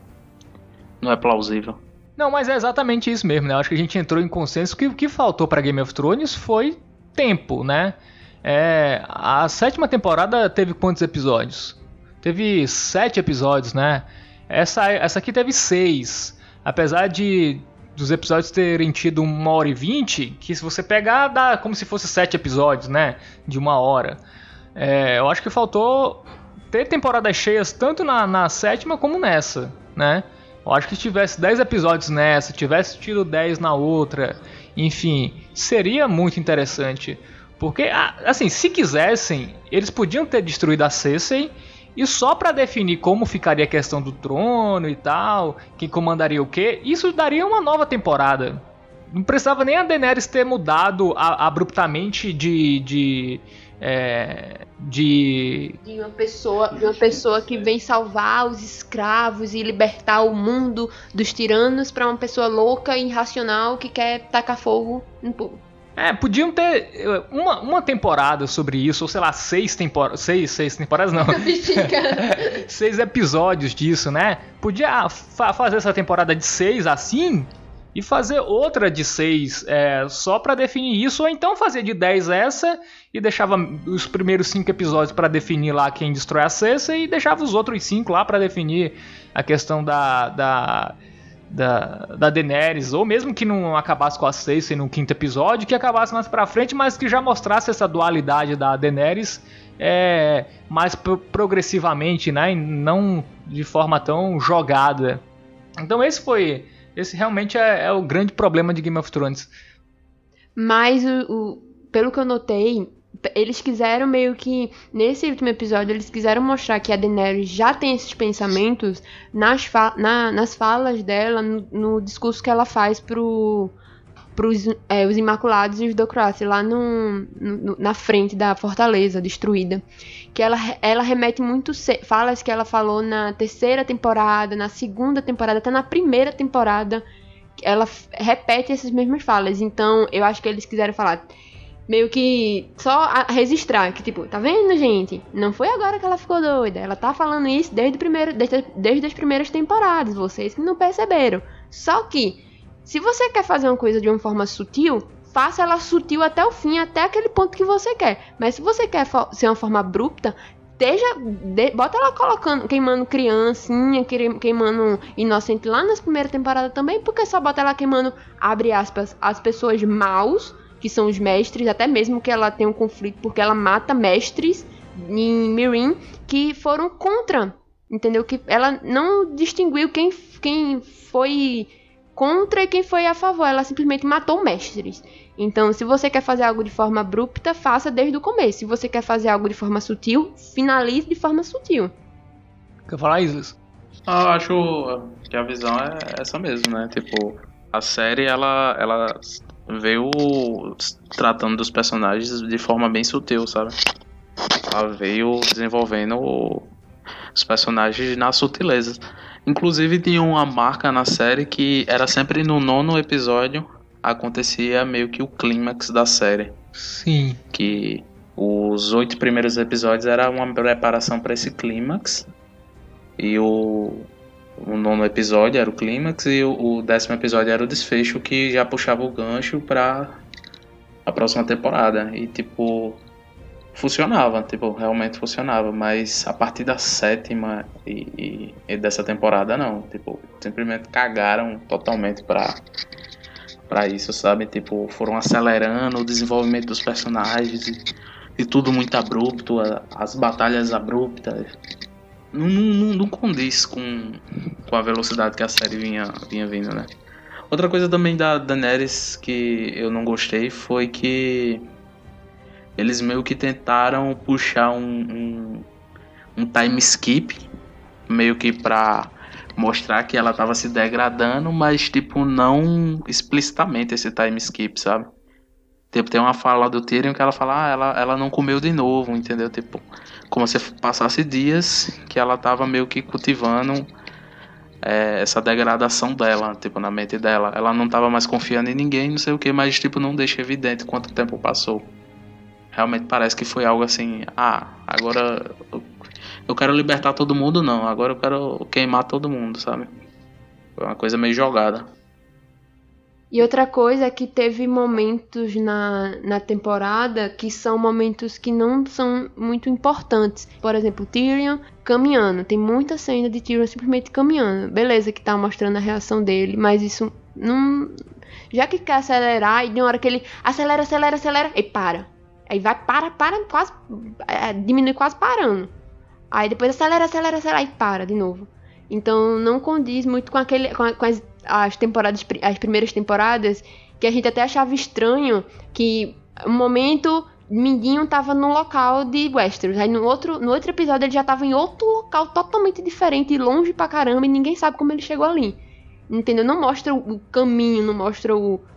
é plausível. Não, mas é exatamente isso mesmo, né? Eu acho que a gente entrou em consenso que o que faltou pra Game of Thrones foi tempo, né? A 7ª temporada teve quantos episódios? Teve 7 episódios, né? Essa aqui teve 6. Apesar dos episódios terem tido 1h20, que se você pegar dá como se fosse 7 episódios, né? De 1 hora. Eu acho que faltou ter temporadas cheias tanto na 7ª como nessa, né? Eu acho que se tivesse 10 episódios nessa, tivesse tido 10 na outra, enfim, seria muito interessante. Porque, assim, se quisessem, eles podiam ter destruído a Cersei e só pra definir como ficaria a questão do trono e tal, quem comandaria o quê, isso daria uma nova temporada. Não precisava nem a Daenerys ter mudado abruptamente de uma pessoa que vem salvar os escravos e libertar o mundo dos tiranos pra uma pessoa louca e irracional que quer tacar fogo no povo. Podiam ter uma temporada sobre isso, ou sei lá, 6 temporadas não. 6 episódios disso, né? Podia fazer essa temporada de 6 assim e fazer outra de 6 só pra definir isso, ou então fazer de 10 essa e deixava os primeiros 5 episódios pra definir lá quem destrói a Cersei e deixava os outros 5 lá pra definir a questão da Daenerys, ou mesmo que não acabasse com a Cersei no 5º episódio, que acabasse mais pra frente, mas que já mostrasse essa dualidade da Daenerys mais progressivamente, né, e não de forma tão jogada. Então esse realmente é o grande problema de Game of Thrones. Mas, pelo que eu notei, eles quiseram meio que, nesse último episódio, eles quiseram mostrar que a Daenerys já tem esses pensamentos nas falas dela, no discurso que ela faz pros os Imaculados e os Dothraki, lá na frente da fortaleza destruída. Que ela remete muito falas que ela falou na 3ª temporada, na 2ª temporada, até na 1ª temporada. Ela repete essas mesmas falas. Então, eu acho que eles quiseram falar, meio que só registrar, que tipo, tá vendo, gente? Não foi agora que ela ficou doida. Ela tá falando isso desde as primeiras temporadas. Vocês que não perceberam. Só que, se você quer fazer uma coisa de uma forma sutil, faça ela sutil até o fim, até aquele ponto que você quer. Mas se você quer ser uma forma abrupta, bota ela queimando criancinha, queimando inocente lá nas primeiras temporadas também, porque só bota ela queimando, abre aspas, as pessoas maus, que são os mestres, até mesmo que ela tem um conflito, porque ela mata mestres em Meereen que foram contra, entendeu? Que ela não distinguiu quem foi contra e quem foi a favor, ela simplesmente matou mestres. Então, se você quer fazer algo de forma abrupta, faça desde o começo. Se você quer fazer algo de forma sutil, finalize de forma sutil. Quer falar, Islas? Eu acho que a visão é essa mesmo, né? Tipo, a série, ela veio tratando dos personagens de forma bem sutil, sabe? Ela veio desenvolvendo os personagens na sutileza. Inclusive, tinha uma marca na série que era sempre no 9º episódio, acontecia meio que o clímax da série. Sim. Que os 8 primeiros episódios era uma preparação para esse clímax. E o 9º episódio era o clímax e o 10º episódio era o desfecho, que já puxava o gancho para a próxima temporada. E tipo, funcionava, tipo, realmente funcionava. Mas a partir da 7ª e dessa temporada não, tipo, simplesmente cagaram totalmente para isso, sabe? Tipo, foram acelerando o desenvolvimento dos personagens e tudo muito abrupto, as batalhas abruptas. Não condiz com a velocidade que a série vinha vindo, né? Outra coisa também da Daenerys que eu não gostei foi que eles meio que tentaram puxar um time skip, meio que pra mostrar que ela tava se degradando, mas tipo, não explicitamente esse time skip, sabe? Tipo, tem uma fala do Tyrion que ela fala, ela não comeu de novo, entendeu? Tipo, como se passasse dias que ela tava meio que cultivando essa degradação dela, tipo, na mente dela. Ela não tava mais confiando em ninguém, não sei o que, mas tipo, não deixa evidente quanto tempo passou. Realmente parece que foi algo assim, agora eu quero libertar todo mundo, não, agora eu quero queimar todo mundo, sabe? Foi uma coisa meio jogada. E outra coisa é que teve momentos na temporada que são momentos que não são muito importantes. Por exemplo, Tyrion caminhando. Tem muita cena de Tyrion simplesmente caminhando. Beleza que tá mostrando a reação dele, mas isso não... Já que quer acelerar, e de uma hora que ele acelera, e para. Aí vai, para, quase... diminui quase parando. Aí depois acelera, e para de novo. Então não condiz muito com as primeiras temporadas, que a gente até achava estranho que um momento Mindinho tava no local de Westeros, aí no outro episódio ele já tava em outro local totalmente diferente, longe pra caramba, e ninguém sabe como ele chegou ali, entendeu? Não mostra o caminho, não mostra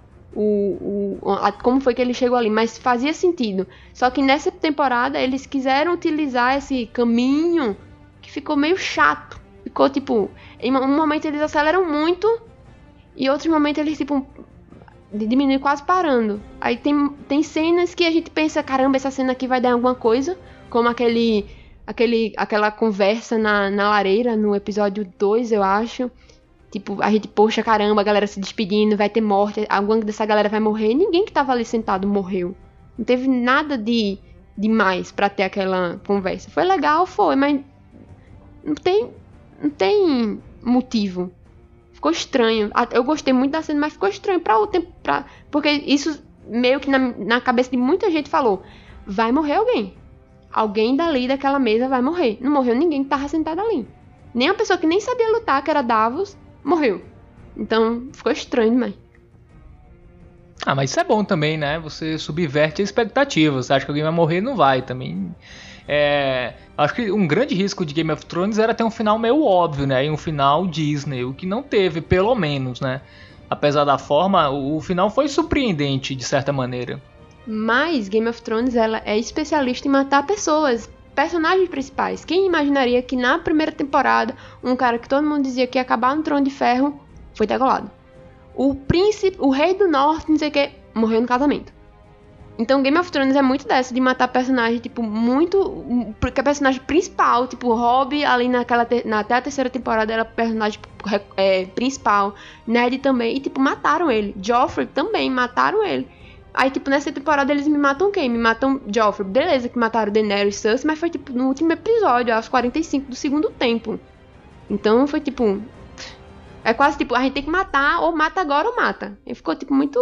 como foi que ele chegou ali, mas fazia sentido. Só que nessa temporada eles quiseram utilizar esse caminho que ficou meio chato. Ficou tipo, em um momento eles aceleram muito e outro momento eles tipo diminuem quase parando. Aí tem cenas que a gente pensa, caramba, essa cena aqui vai dar alguma coisa, como aquela conversa na lareira no episódio 2, eu acho. tipo, a gente, poxa, caramba, a galera se despedindo, vai ter morte, alguma dessa galera vai morrer. Ninguém que tava ali sentado morreu. Não teve nada de demais pra ter aquela conversa. Foi legal, foi, mas não tem motivo. Ficou estranho. Eu gostei muito da cena, mas ficou estranho porque isso meio que na cabeça de muita gente falou, vai morrer alguém. Alguém dali daquela mesa vai morrer. Não morreu ninguém que tava sentado ali. Nem a pessoa que nem sabia lutar, que era Davos, morreu. Então, ficou estranho demais. Mas isso é bom também, né? Você subverte a expectativa. Você acha que alguém vai morrer, não vai também. Acho que um grande risco de Game of Thrones era ter um final meio óbvio, né? E um final Disney, o que não teve, pelo menos, né? Apesar da forma, o final foi surpreendente, de certa maneira. Mas Game of Thrones, ela é especialista em matar pessoas, personagens principais. Quem imaginaria que na primeira temporada, um cara que todo mundo dizia que ia acabar no Trono de Ferro, foi degolado. O príncipe, o rei do norte, não sei o que, morreu no casamento. Então Game of Thrones é muito dessa, de matar personagem, tipo, muito... Porque a personagem principal, tipo, Robb, ali até a terceira temporada, era personagem principal. Ned também, e tipo, mataram ele. Joffrey também, mataram ele. Aí, tipo, nessa temporada eles me matam quem? Me matam Joffrey. Beleza que mataram Daenerys e Cersei, mas foi, tipo, no último episódio, aos 45 do segundo tempo. Então foi, tipo... É quase, tipo, a gente tem que matar, ou mata agora ou mata. E ficou, tipo, muito...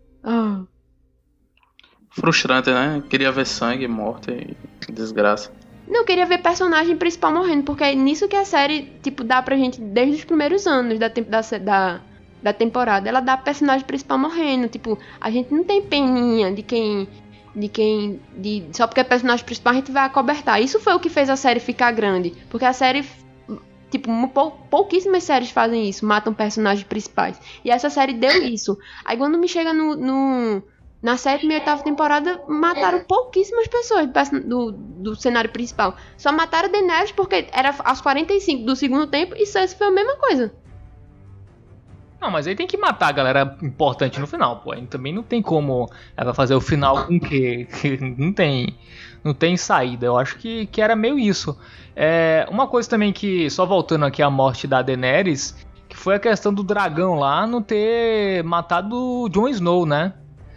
Frustrante, né? Queria ver sangue, morte e desgraça. Não, eu queria ver personagem principal morrendo, porque é nisso que a série, tipo, dá pra gente desde os primeiros anos da temporada. Ela dá personagem principal morrendo, tipo, a gente não tem peninha só porque é personagem principal a gente vai acobertar. Isso foi o que fez a série ficar grande, porque a série, tipo, pouquíssimas séries fazem isso, matam personagens principais. E essa série deu isso. Aí quando me chega na 7ª e 8ª temporada, mataram pouquíssimas pessoas do cenário principal. Só mataram Daenerys porque era aos 45 do segundo tempo e Cersei foi a mesma coisa. Não, mas aí tem que matar a galera importante no final, pô. Aí também não tem como ela fazer o final com o quê? Não tem saída. Eu acho que era meio isso. Uma coisa também que, só voltando aqui à morte da Daenerys, que foi a questão do dragão lá não ter matado o Jon Snow, né?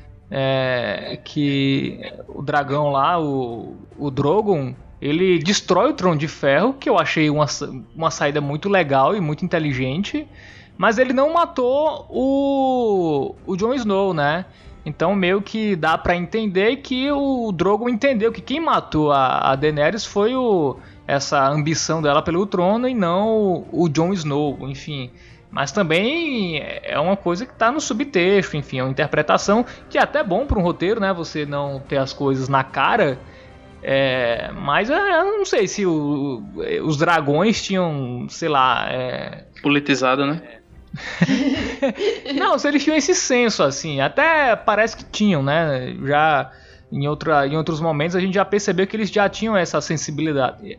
Que o dragão lá, o Drogon, ele destrói o Trono de Ferro, que eu achei uma saída muito legal e muito inteligente, mas ele não matou o Jon Snow, né? Então meio que dá pra entender que o Drogon entendeu que quem matou a Daenerys foi essa ambição dela pelo trono e não o Jon Snow, enfim. Mas também é uma coisa que está no subtexto, enfim, é uma interpretação que é até bom para um roteiro, né? Você não ter as coisas na cara. Mas eu não sei se os dragões tinham, sei lá... Politizado, né? Não, se eles tinham esse senso, assim, até parece que tinham, né? Já em outros momentos a gente já percebeu que eles já tinham essa sensibilidade.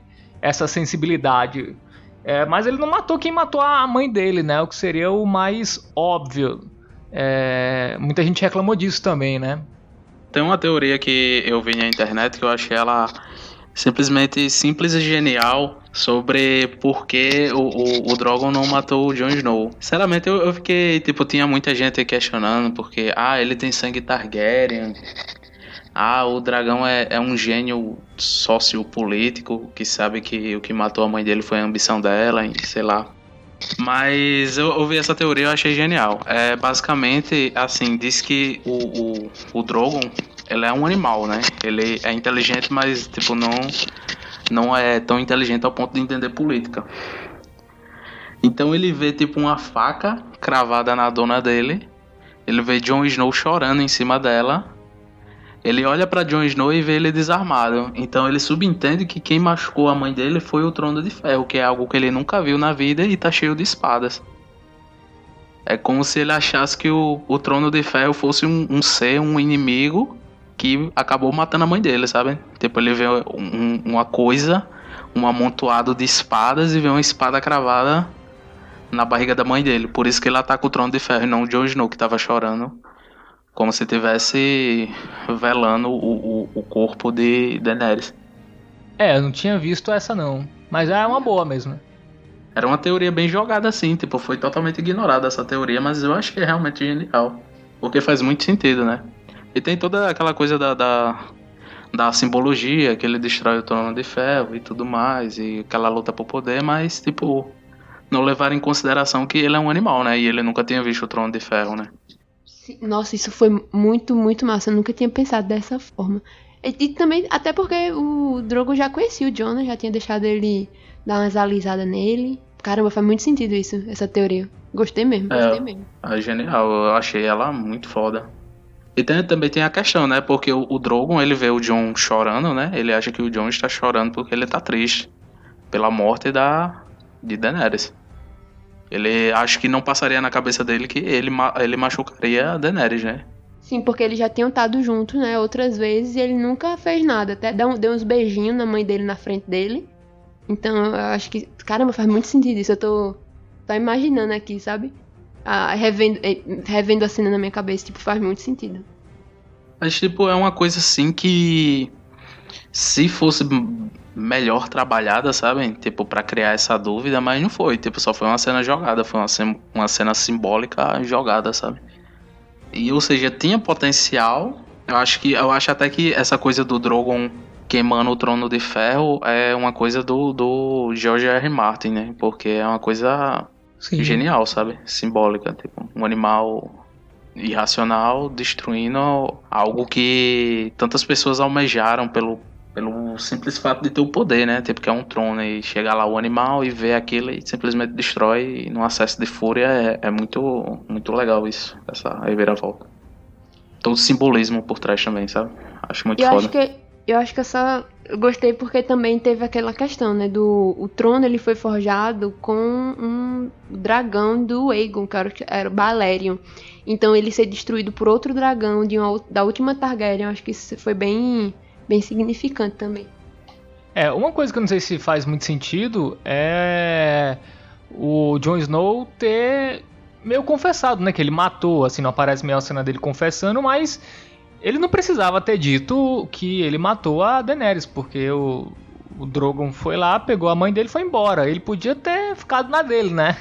Mas ele não matou quem matou a mãe dele, né? O que seria o mais óbvio. Muita gente reclamou disso também, né? Tem uma teoria que eu vi na internet que eu achei ela simplesmente simples e genial sobre por que o Drogon não matou o Jon Snow. Sinceramente, eu fiquei, tipo, tinha muita gente questionando porque, ele tem sangue Targaryen. O dragão é um gênio sociopolítico que sabe que o que matou a mãe dele foi a ambição dela, e sei lá. Mas eu ouvi essa teoria e eu achei genial. Basicamente, assim, diz que o Drogon, ele é um animal, né? Ele é inteligente, mas tipo, não é tão inteligente ao ponto de entender política. Então ele vê tipo uma faca cravada na dona dele. Ele vê Jon Snow chorando em cima dela. Ele olha pra Jon Snow e vê ele desarmado. Então ele subentende que quem machucou a mãe dele foi o Trono de Ferro, que é algo que ele nunca viu na vida e tá cheio de espadas. É como se ele achasse que o Trono de Ferro fosse um inimigo que acabou matando a mãe dele, sabe? Tipo, ele vê uma coisa, um amontoado de espadas e vê uma espada cravada na barriga da mãe dele. Por isso que ele ataca o Trono de Ferro e não o Jon Snow, que tava chorando. Como se estivesse velando o corpo de Daenerys. Eu não tinha visto essa não. Mas é uma boa mesmo. Era uma teoria bem jogada assim, tipo, foi totalmente ignorada essa teoria, mas eu achei realmente genial. Porque faz muito sentido, né? E tem toda aquela coisa da simbologia, que ele destrói o Trono de Ferro e tudo mais, e aquela luta por poder, mas, tipo, não levar em consideração que ele é um animal, né? E ele nunca tinha visto o Trono de Ferro, né? Nossa, isso foi muito, muito massa. Eu nunca tinha pensado dessa forma. E também, até porque o Drogo já conhecia o Jon, né? Já tinha deixado ele dar umas alisadas nele. Caramba, faz muito sentido isso, essa teoria. Gostei mesmo, gostei mesmo. É genial, eu achei ela muito foda. E também tem a questão, né? Porque o Drogon, ele vê o Jon chorando, né? Ele acha que o Jon está chorando porque ele tá triste pela morte de Daenerys. Ele acha que não passaria na cabeça dele que ele machucaria a Daenerys, né? Sim, porque eles já tinham estado juntos, né? Outras vezes e ele nunca fez nada. Até deu uns beijinhos na mãe dele na frente dele. Então eu acho que, caramba, faz muito sentido isso. Eu tô imaginando aqui, sabe? Revendo a cena na minha cabeça, tipo, faz muito sentido. Mas, tipo, é uma coisa assim que, se fosse melhor trabalhada, sabe? Tipo, pra criar essa dúvida, mas não foi. Tipo, só foi uma cena jogada, foi uma cena simbólica jogada, sabe? E, ou seja, tinha potencial. Eu acho até que essa coisa do Drogon queimando o Trono de Ferro é uma coisa do George R. R. Martin, né? Porque é uma coisa genial, sabe? Simbólica, tipo, um animal irracional destruindo algo que tantas pessoas almejaram pelo simples fato de ter o poder, né? Tipo, que é um trono, e chegar lá o animal e ver aquilo e simplesmente destrói num acesso de fúria. É muito, muito legal isso, essa reviravolta. Todo o simbolismo por trás também, sabe? Acho muito foda. Eu acho que eu gostei porque também teve aquela questão, né? O trono, ele foi forjado com um dragão do Aegon, que era o Balerion. Então ele ser destruído por outro dragão da última Targaryen, eu acho que isso foi bem significante também. Uma coisa que eu não sei se faz muito sentido é o Jon Snow ter meio confessado, né? Que ele matou, assim, não aparece meio a cena dele confessando, mas ele não precisava ter dito que ele matou a Daenerys, porque o Drogon foi lá, pegou a mãe dele e foi embora. Ele podia ter ficado na dele, né?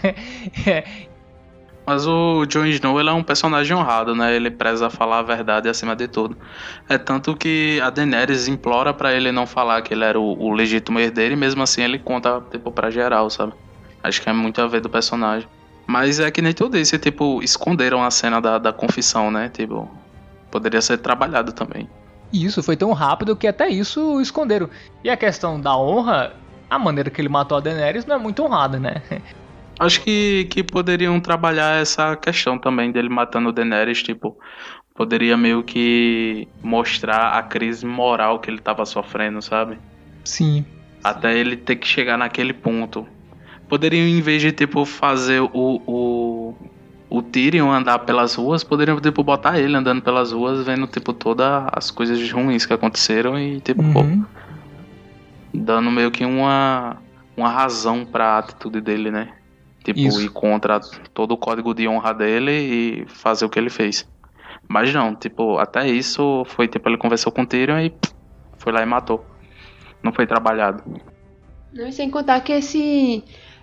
Mas o Jon Snow, ele é um personagem honrado, né? Ele preza falar a verdade acima de tudo. É tanto que a Daenerys implora pra ele não falar que ele era o legítimo herdeiro, e mesmo assim ele conta, tipo, pra geral, sabe? Acho que é muito a ver do personagem. Mas é que nem tu disse, tipo, esconderam a cena da confissão, né? Tipo, poderia ser trabalhado também. Isso, foi tão rápido que até isso esconderam. E a questão da honra, a maneira que ele matou a Daenerys não é muito honrada, né? Acho que poderiam trabalhar essa questão também dele matando o Daenerys, tipo, poderia meio que mostrar a crise moral que ele tava sofrendo, sabe? Sim. Até ele ter que chegar naquele ponto. Poderiam, em vez de, tipo, fazer o Tyrion andar pelas ruas, poderiam, tipo, botar ele andando pelas ruas, vendo, tipo, todas as coisas ruins que aconteceram e, tipo, dando meio que uma razão pra atitude dele, né? Tipo, isso. Ir contra todo o código de honra dele e fazer o que ele fez. Mas não, tipo, até isso foi, tipo, ele conversou com o Tyrion e foi lá e matou. Não foi trabalhado. Não, sem contar que esse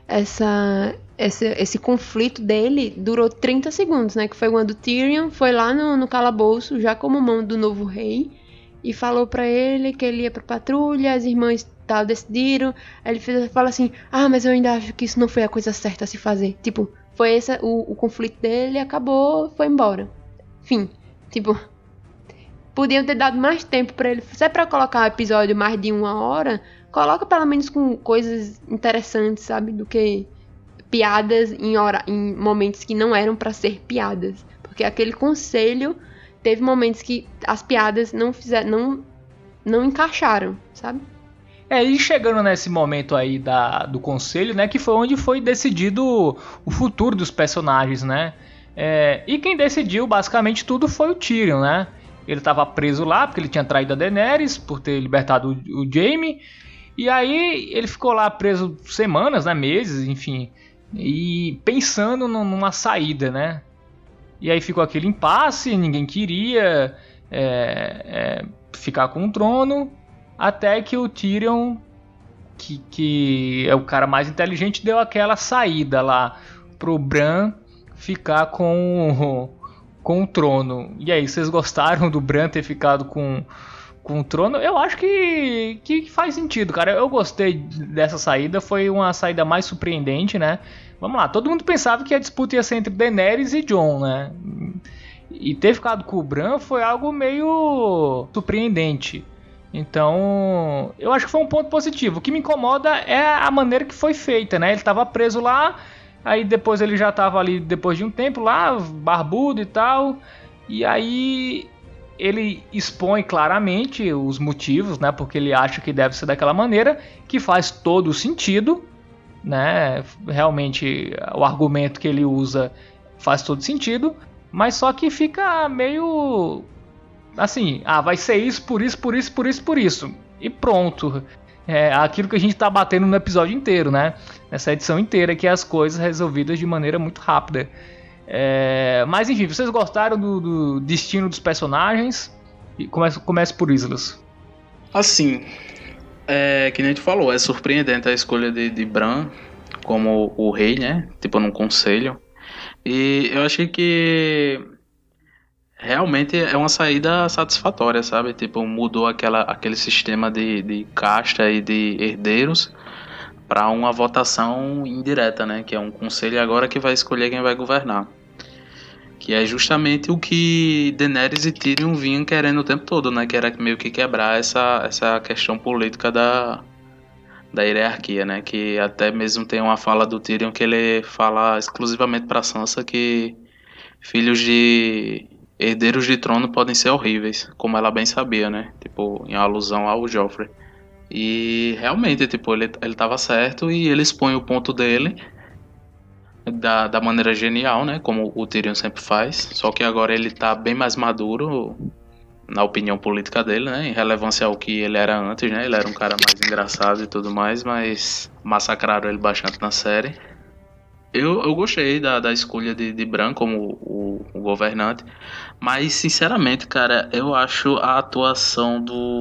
conflito dele durou 30 segundos, né? Que foi quando o Tyrion foi lá no calabouço, já como mão do novo rei, e falou pra ele que ele ia pra patrulha, as irmãs tal decidiram. Aí ele fala assim: ah, mas eu ainda acho que isso não foi a coisa certa a se fazer. Tipo, foi esse o conflito dele, acabou, foi embora. Fim. Tipo, podiam ter dado mais tempo pra ele. Se é pra colocar um episódio mais de 1 hora, coloca pelo menos com coisas interessantes, sabe? Do que piadas em momentos que não eram pra ser piadas. Porque aquele conselho teve momentos que as piadas não encaixaram, sabe? E chegando nesse momento aí do conselho, né, que foi onde foi decidido o futuro dos personagens, né? E quem decidiu basicamente tudo foi o Tyrion, né? Ele estava preso lá porque ele tinha traído a Daenerys por ter libertado o Jaime. E aí ele ficou lá preso semanas, né, meses, enfim, e pensando numa saída, né? E aí ficou aquele impasse, ninguém queria ficar com o trono. Até que o Tyrion que é o cara mais inteligente, deu aquela saída lá pro Bran ficar com o trono. E aí, vocês gostaram do Bran ter ficado com o trono? Eu acho que faz sentido, cara. Eu gostei dessa saída, foi uma saída mais surpreendente, né? Vamos lá, todo mundo pensava que a disputa ia ser entre Daenerys e Jon, né? E ter ficado com o Bran foi algo meio surpreendente. Então, eu acho que foi um ponto positivo. O que me incomoda é a maneira que foi feita, né? Ele estava preso lá, aí depois ele já estava ali, depois de um tempo lá, barbudo e tal. E aí ele expõe claramente os motivos, né? Porque ele acha que deve ser daquela maneira, que faz todo o sentido, né? Realmente, o argumento que ele usa faz todo sentido, mas só que fica meio assim, vai ser isso, por isso. E pronto. É aquilo que a gente tá batendo no episódio inteiro, né? Nessa edição inteira, que é as coisas resolvidas de maneira muito rápida. Mas enfim, vocês gostaram do destino dos personagens? E comece por Islas. Assim, que nem tu falou, é surpreendente a escolha de Bran como o rei, né? Tipo, num conselho. E eu achei que realmente é uma saída satisfatória, sabe? Tipo, mudou aquele sistema de casta e de herdeiros para uma votação indireta, né? Que é um conselho agora que vai escolher quem vai governar. Que é justamente o que Daenerys e Tyrion vinham querendo o tempo todo, né? Que era meio que quebrar essa questão política da hierarquia, né? Que até mesmo tem uma fala do Tyrion que ele fala exclusivamente para Sansa que filhos de herdeiros de trono podem ser horríveis, como ela bem sabia, né? Tipo, em alusão ao Joffrey. E realmente, tipo, ele tava certo e ele expõe o ponto dele da maneira genial, né? Como o Tyrion sempre faz. Só que agora ele tá bem mais maduro na opinião política dele, né? Em relevância ao que ele era antes, né? Ele era um cara mais engraçado e tudo mais, mas massacraram ele bastante na série. Eu gostei da escolha de Bran como o governante, mas sinceramente, cara, eu acho a atuação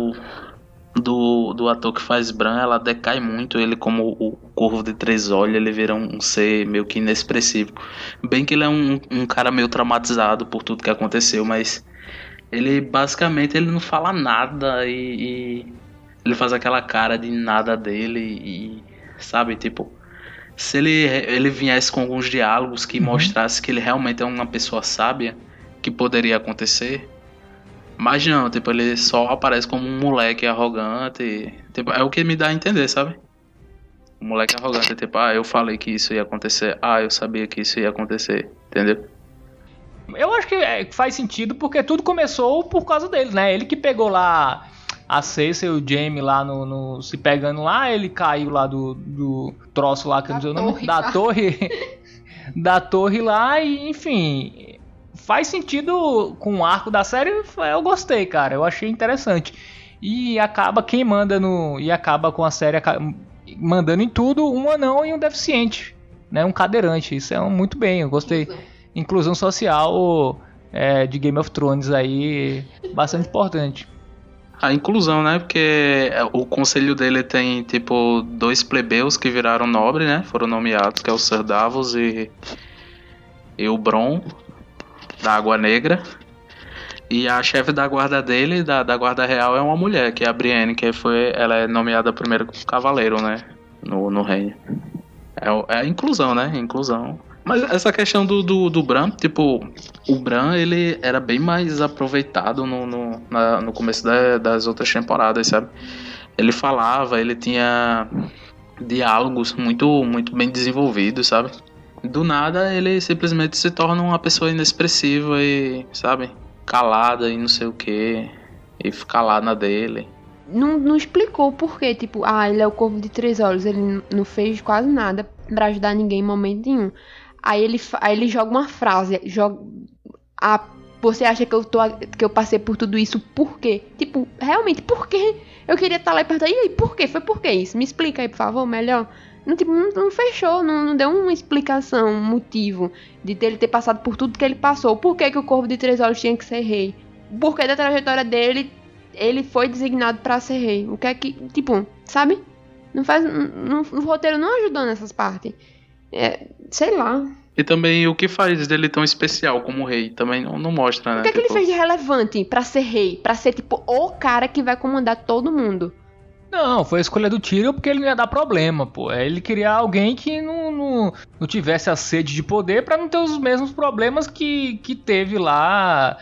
do ator que faz Bran, ela decai muito. Ele, como o Corvo de Três Olhos, ele vira um ser meio que inexpressivo. Bem que ele é um cara meio traumatizado por tudo que aconteceu, mas ele basicamente ele não fala nada e ele faz aquela cara de nada dele e sabe, tipo, se ele viesse com alguns diálogos que mostrasse que ele realmente é uma pessoa sábia, que poderia acontecer. Mas não, tipo, ele só aparece como um moleque arrogante. Tipo, é o que me dá a entender, sabe? Um moleque arrogante, tipo, eu falei que isso ia acontecer. Eu sabia que isso ia acontecer, entendeu? Eu acho que faz sentido porque tudo começou por causa dele, né? Ele que pegou lá a Cersei e o Jaime lá se pegando lá, ele caiu lá do troço lá, que eu não sei o nome, da torre lá, e enfim, faz sentido com o arco da série. Eu gostei, cara, eu achei interessante. E acaba quem manda e acaba com a série mandando em tudo um anão e um deficiente, né? Um cadeirante. Isso é muito bem, eu gostei. Inclusão social de Game of Thrones aí, bastante importante. A inclusão, né? Porque o conselho dele tem, tipo, 2 plebeus que viraram nobre, né? Foram nomeados, que é o Ser Davos e o Bronn, da Água Negra. E a chefe da guarda dele, da guarda real, é uma mulher, que é a Brienne, ela é nomeada primeiro cavaleiro, né? No reino. É a inclusão, né? Inclusão. Mas essa questão do Bran, tipo, o Bran, ele era bem mais aproveitado no começo das outras temporadas, sabe? Ele falava, ele tinha diálogos muito, muito bem desenvolvidos, sabe? Do nada, ele simplesmente se torna uma pessoa inexpressiva e, sabe? Calada e não sei o que, e fica lá na dele. Não explicou por porquê, tipo, ele é o Corvo de Três Olhos, ele não fez quase nada pra ajudar ninguém em momento nenhum. Aí ele joga uma frase, você acha que eu passei por tudo isso por quê? Tipo, realmente, por quê? Eu queria estar lá e perguntar, e aí, por quê? Foi por quê isso? Me explica aí, por favor, melhor. Não fechou, não deu uma explicação, um motivo de ele ter passado por tudo que ele passou. Por que o Corvo de Três Olhos tinha que ser rei? Por que da trajetória dele, ele foi designado pra ser rei? O que é que, tipo, sabe? O roteiro não ajudou nessas partes. Sei lá. E também o que faz dele tão especial como rei, também não mostra, né? O que é que ele fez de relevante pra ser rei? Pra ser, tipo, o cara que vai comandar todo mundo? Não, foi a escolha do Tyrion porque ele não ia dar problema, pô. Ele queria alguém que não tivesse a sede de poder pra não ter os mesmos problemas que teve lá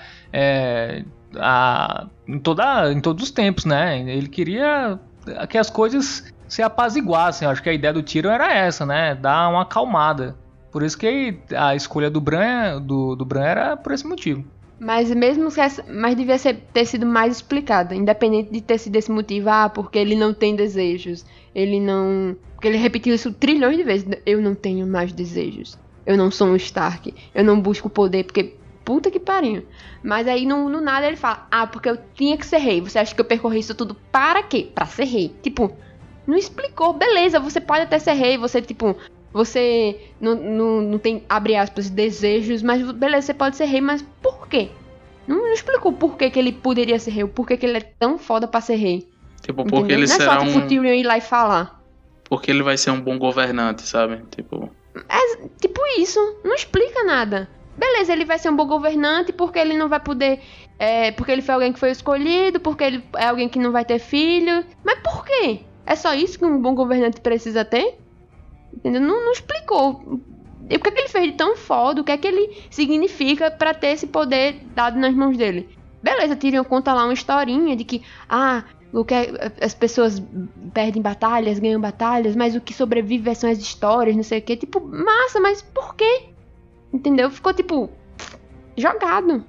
em todos os tempos, né? Ele queria que as coisas se apaziguassem. Eu acho que a ideia do Tyrion era essa, né? Dar uma acalmada. Por isso que a escolha do Bran era por esse motivo. Mas devia ter sido mais explicada, independente de ter sido esse motivo, porque ele não tem desejos, porque ele repetiu isso trilhões de vezes, eu não tenho mais desejos, eu não sou um Stark, eu não busco poder, porque puta que pariu. Mas aí no nada ele fala, porque eu tinha que ser rei, você acha que eu percorri isso tudo para quê? Pra ser rei, tipo, não explicou, beleza, você pode até ser rei, você tipo... Você não tem, abre aspas, desejos, mas beleza, você pode ser rei, mas por quê? Não explicou por que ele poderia ser rei, por que ele é tão foda pra ser rei. Tipo, porque ele será não é só tipo, o Tyrion ir lá e falar. Porque ele vai ser um bom governante, sabe? Tipo isso, não explica nada. Beleza, ele vai ser um bom governante porque ele não vai poder... porque ele foi alguém que foi escolhido, porque ele é alguém que não vai ter filho. Mas por quê? É só isso que um bom governante precisa ter? Entendeu? Não explicou. E o que é que ele fez de tão foda? O que é que ele significa pra ter esse poder dado nas mãos dele? Beleza, Tyrion conta lá uma historinha de que as pessoas perdem batalhas, ganham batalhas, mas o que sobrevive são as histórias, não sei o que. Tipo, massa, mas por quê? Entendeu? Ficou tipo jogado.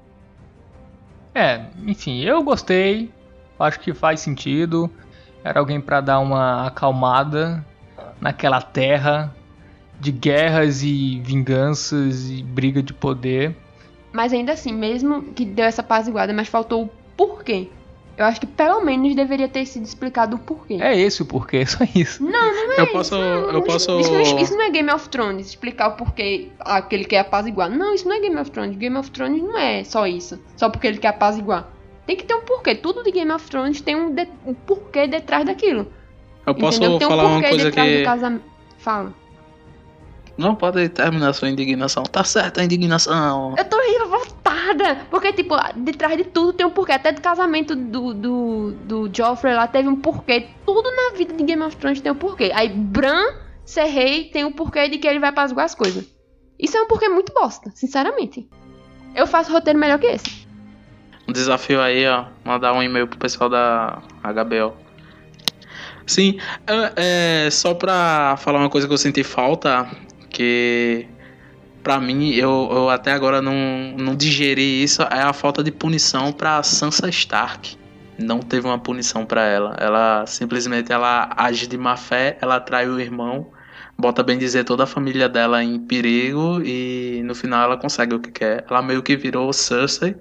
Enfim, eu gostei. Acho que faz sentido. Era alguém pra dar uma acalmada naquela terra de guerras e vinganças e briga de poder. Mas ainda assim, mesmo que deu essa apaziguada, mas faltou o porquê. Eu acho que pelo menos deveria ter sido explicado o porquê. É esse o porquê, só isso. Não é isso. Isso não é Game of Thrones, explicar o porquê que ele quer apaziguar. Não, isso não é Game of Thrones. Game of Thrones não é só isso. Só porque ele quer apaziguar. Tem que ter um porquê. Tudo de Game of Thrones tem um porquê detrás daquilo. Eu posso falar uma coisa que... Fala. Não pode terminar sua indignação. Tá certa a indignação. Eu tô revoltada. Porque, tipo, detrás de tudo tem um porquê. Até do casamento do Joffrey lá teve um porquê. Tudo na vida de Game of Thrones tem um porquê. Aí Bran ser rei tem um porquê de que ele vai apaziguar as coisas. Isso é um porquê muito bosta, sinceramente. Eu faço roteiro melhor que esse. Um desafio aí, ó. Mandar um e-mail pro pessoal da HBO. Sim, só pra falar uma coisa que eu senti falta, que pra mim, eu até agora não digeri isso, é a falta de punição pra Sansa Stark. Não teve uma punição pra ela. Ela simplesmente age de má fé, ela trai o irmão, bota bem dizer toda a família dela em perigo e no final ela consegue o que quer. Ela meio que virou Cersei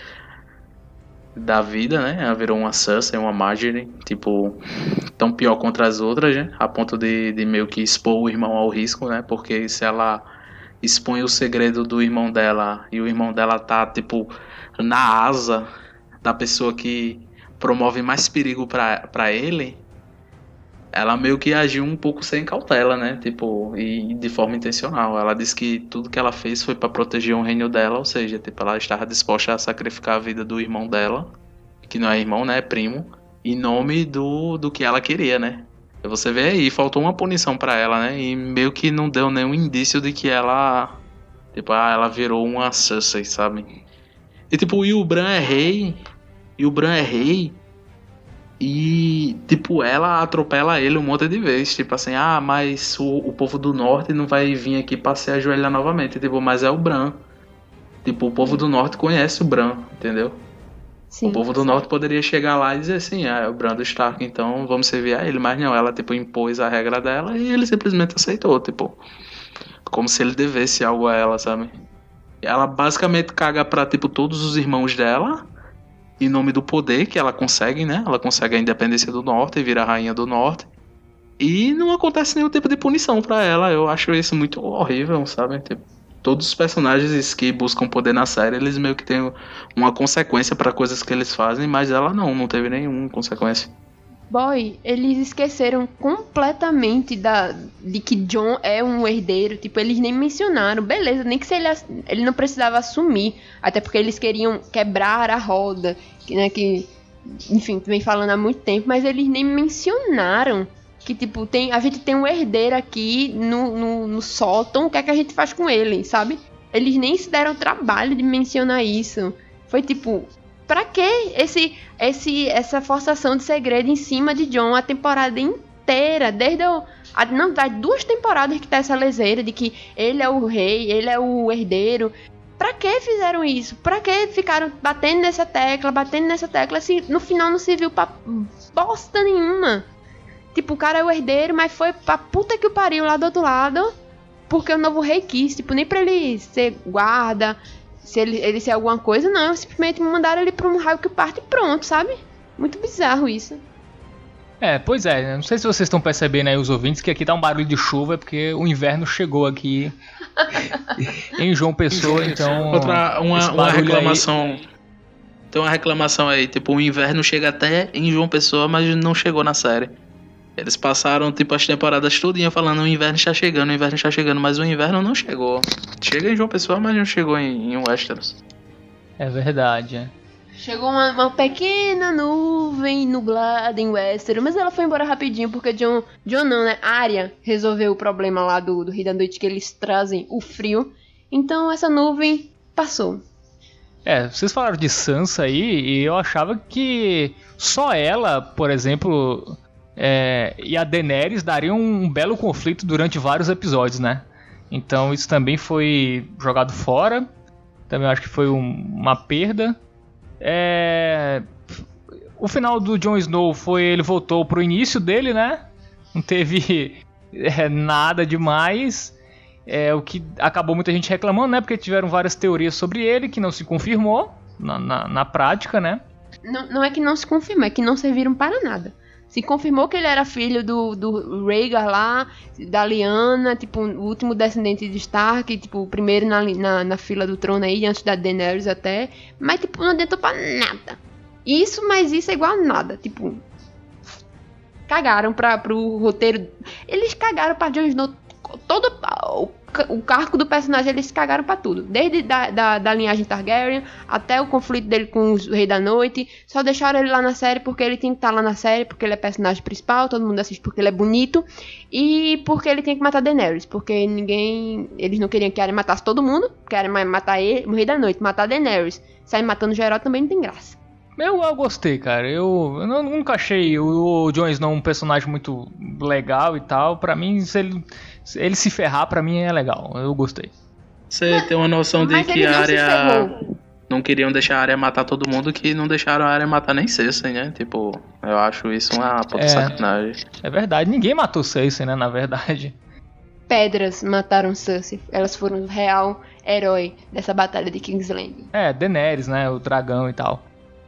da vida, né? Ela virou uma Cersei, uma Marjorie, tipo, tão pior contra as outras, né? A ponto de meio que expor o irmão ao risco, né? Porque se ela expõe o segredo do irmão dela e o irmão dela tá, tipo, na asa da pessoa que promove mais perigo pra ele, ela meio que agiu um pouco sem cautela, né? Tipo, e de forma intencional. Ela disse que tudo que ela fez foi pra proteger o reino dela, ou seja, tipo, ela estava disposta a sacrificar a vida do irmão dela, que não é irmão, né? É primo, em nome do que ela queria, né? E você vê aí, faltou uma punição pra ela, né? E meio que não deu nenhum indício de que ela, tipo, ela virou uma Cersei, sabe? E tipo, o Bran é rei, e, tipo, ela atropela ele um monte de vezes. Tipo assim, mas o povo do norte não vai vir aqui pra se ajoelhar novamente. Tipo, mas é o Bran. Tipo, o povo do norte conhece o Bran, entendeu? Sim. O povo do norte poderia chegar lá e dizer assim, é o Bran do Stark, então vamos servir a ele. Mas não, ela, tipo, impôs a regra dela e ele simplesmente aceitou, tipo, como se ele devesse algo a ela, sabe? Ela basicamente caga pra, tipo, todos os irmãos dela, em nome do poder que ela consegue, né? Ela consegue a independência do norte e vira a rainha do norte. E não acontece nenhum tipo de punição pra ela. Eu acho isso muito horrível, sabe? Tipo, todos os personagens que buscam poder na série, eles meio que têm uma consequência pra coisas que eles fazem, mas ela não teve nenhuma consequência. Boy, eles esqueceram completamente de que Jon é um herdeiro. Tipo, eles nem mencionaram. Beleza, nem que se ele não precisava assumir. Até porque eles queriam quebrar a roda. Né, que, enfim, vem falando há muito tempo. Mas eles nem mencionaram que, tipo, a gente tem um herdeiro aqui no sótão. O que é que a gente faz com ele, sabe? Eles nem se deram trabalho de mencionar isso. Foi tipo... Pra que essa forçação de segredo em cima de Jon a temporada inteira? Desde das 2 temporadas que tá essa leseira de que ele é o rei, ele é o herdeiro. Pra que fizeram isso? Pra que ficaram batendo nessa tecla, se no final não serviu pra bosta nenhuma? Tipo, o cara é o herdeiro, mas foi pra puta que o pariu lá do outro lado, porque o novo rei quis. Tipo, nem pra ele ser guarda... Se ele ser alguma coisa, não. Simplesmente mandaram ele pra um raio que parte e pronto, sabe? Muito bizarro isso. Pois é. Não sei se vocês estão percebendo aí, os ouvintes, que aqui tá um barulho de chuva, porque o inverno chegou aqui em João Pessoa, então... Uma reclamação... Aí... Tem uma reclamação aí, tipo, o inverno chega até em João Pessoa, mas não chegou na série. Eles passaram, tipo, as temporadas todinhas falando o inverno está chegando, mas o inverno não chegou. Chega em João Pessoa, mas não chegou em Westeros. É verdade, Chegou uma pequena nuvem nublada em Westeros, mas ela foi embora rapidinho, porque Jon não, né? Arya resolveu o problema lá do Rei da Noite, que eles trazem o frio. Então essa nuvem passou. Vocês falaram de Sansa aí, e eu achava que só ela, por exemplo... e a Daenerys dariam um belo conflito durante vários episódios, né? Então isso também foi jogado fora. Também acho que foi uma perda. O final do Jon Snow ele voltou pro início dele, né? Não teve nada demais. O que acabou muita gente reclamando, né? Porque tiveram várias teorias sobre ele que não se confirmou na prática, né? Não é que não se confirmou, é que não serviram para nada. Se confirmou que ele era filho do Rhaegar lá, da Lyanna, tipo, o último descendente de Stark, tipo, o primeiro na fila do trono aí, antes da Daenerys até. Mas, tipo, não adiantou pra nada. Mas isso é igual a nada, tipo... Cagaram pro roteiro... Eles cagaram pra Jon Snow todo... O arco do personagem, eles cagaram pra tudo. Desde da linhagem Targaryen até o conflito dele com o Rei da Noite. Só deixaram ele lá na série porque ele tem que estar lá na série, porque ele é personagem principal, todo mundo assiste porque ele é bonito. E porque ele tem que matar Daenerys. Porque eles não queriam que a Arya matasse todo mundo. Querem matar ele, o Rei da Noite, matar Daenerys. Sair matando geral também não tem graça. Eu gostei, cara. Eu nunca achei o Jon Snow um personagem muito legal e tal. Pra mim, se ele se ferrar, pra mim é legal. Eu gostei. Você tem uma noção de que a Arya... Não queriam deixar a Arya matar todo mundo, que não deixaram a Arya matar nem Cersei, né? Tipo, eu acho isso uma puta sacanagem. É verdade. Ninguém matou Cersei, né? Na verdade. Pedras mataram Cersei. Elas foram o real herói dessa batalha de King's Landing. Daenerys, né? O dragão e tal.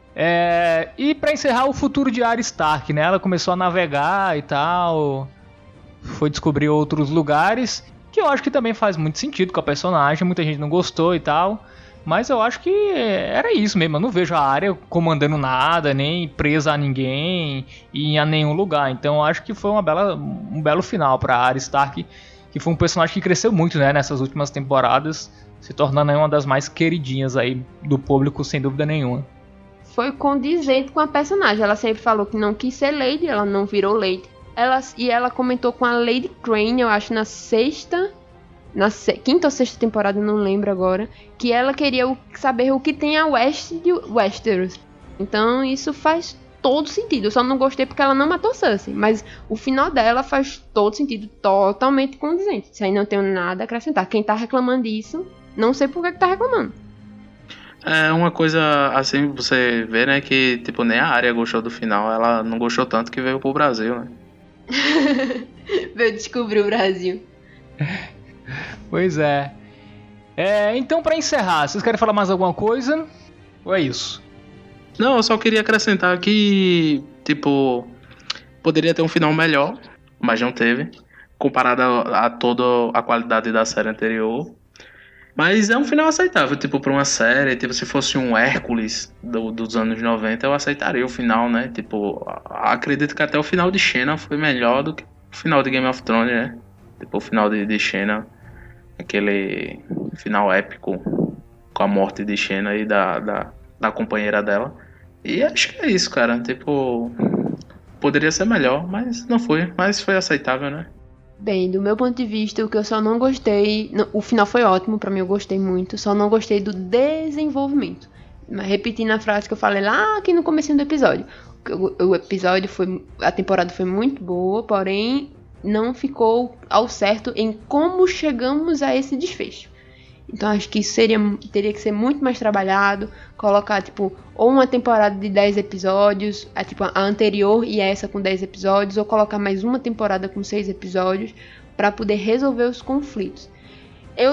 E pra encerrar o futuro de Arya Stark, né? Ela começou a navegar e tal, foi descobrir outros lugares, que eu acho que também faz muito sentido com a personagem. Muita gente não gostou e tal, mas eu acho que era isso mesmo. Eu não vejo a Arya comandando nada, nem presa a ninguém e a nenhum lugar. Então eu acho que foi um belo final pra Arya Stark, que foi um personagem que cresceu muito, né, nessas últimas temporadas, se tornando uma das mais queridinhas aí do público, sem dúvida nenhuma. Foi condizente com a personagem. Ela sempre falou que não quis ser Lady, ela não virou Lady. Ela comentou com a Lady Crane, eu acho, na quinta ou sexta temporada, não lembro agora, que ela queria saber o que tem a oeste de Westeros. Então isso faz todo sentido. Eu só não gostei porque ela não matou Cersei, mas o final dela faz todo sentido, totalmente condizente. Isso aí não tenho nada a acrescentar. Quem tá reclamando disso, não sei por que tá reclamando. É uma coisa assim, você vê, né, que tipo, nem a Arya gostou do final. Ela não gostou tanto que veio pro Brasil, né? Veio descobrir o Brasil. Pois é. Então, pra encerrar, vocês querem falar mais alguma coisa? Ou é isso? Não, eu só queria acrescentar que, tipo, poderia ter um final melhor, mas não teve, comparado a toda a qualidade da série anterior. Mas é um final aceitável, tipo, pra uma série, tipo, se fosse um Hércules dos anos 90, eu aceitaria o final, né? Tipo, acredito que até o final de Xena foi melhor do que o final de Game of Thrones, né? Tipo, o final de Xena, aquele final épico com a morte de Xena e da companheira dela. E acho que é isso, cara. Tipo, poderia ser melhor, mas não foi. Mas foi aceitável, né? Bem, do meu ponto de vista, o que eu só não gostei... o final foi ótimo, pra mim eu gostei muito, só não gostei do desenvolvimento. Mas repetindo a frase que eu falei lá aqui no comecinho do episódio. O episódio foi... A temporada foi muito boa, porém não ficou ao certo em como chegamos a esse desfecho. Então acho que isso teria que ser muito mais trabalhado, colocar tipo ou uma temporada de 10 episódios, tipo a anterior e essa com 10 episódios, ou colocar mais uma temporada com 6 episódios para poder resolver os conflitos. Eu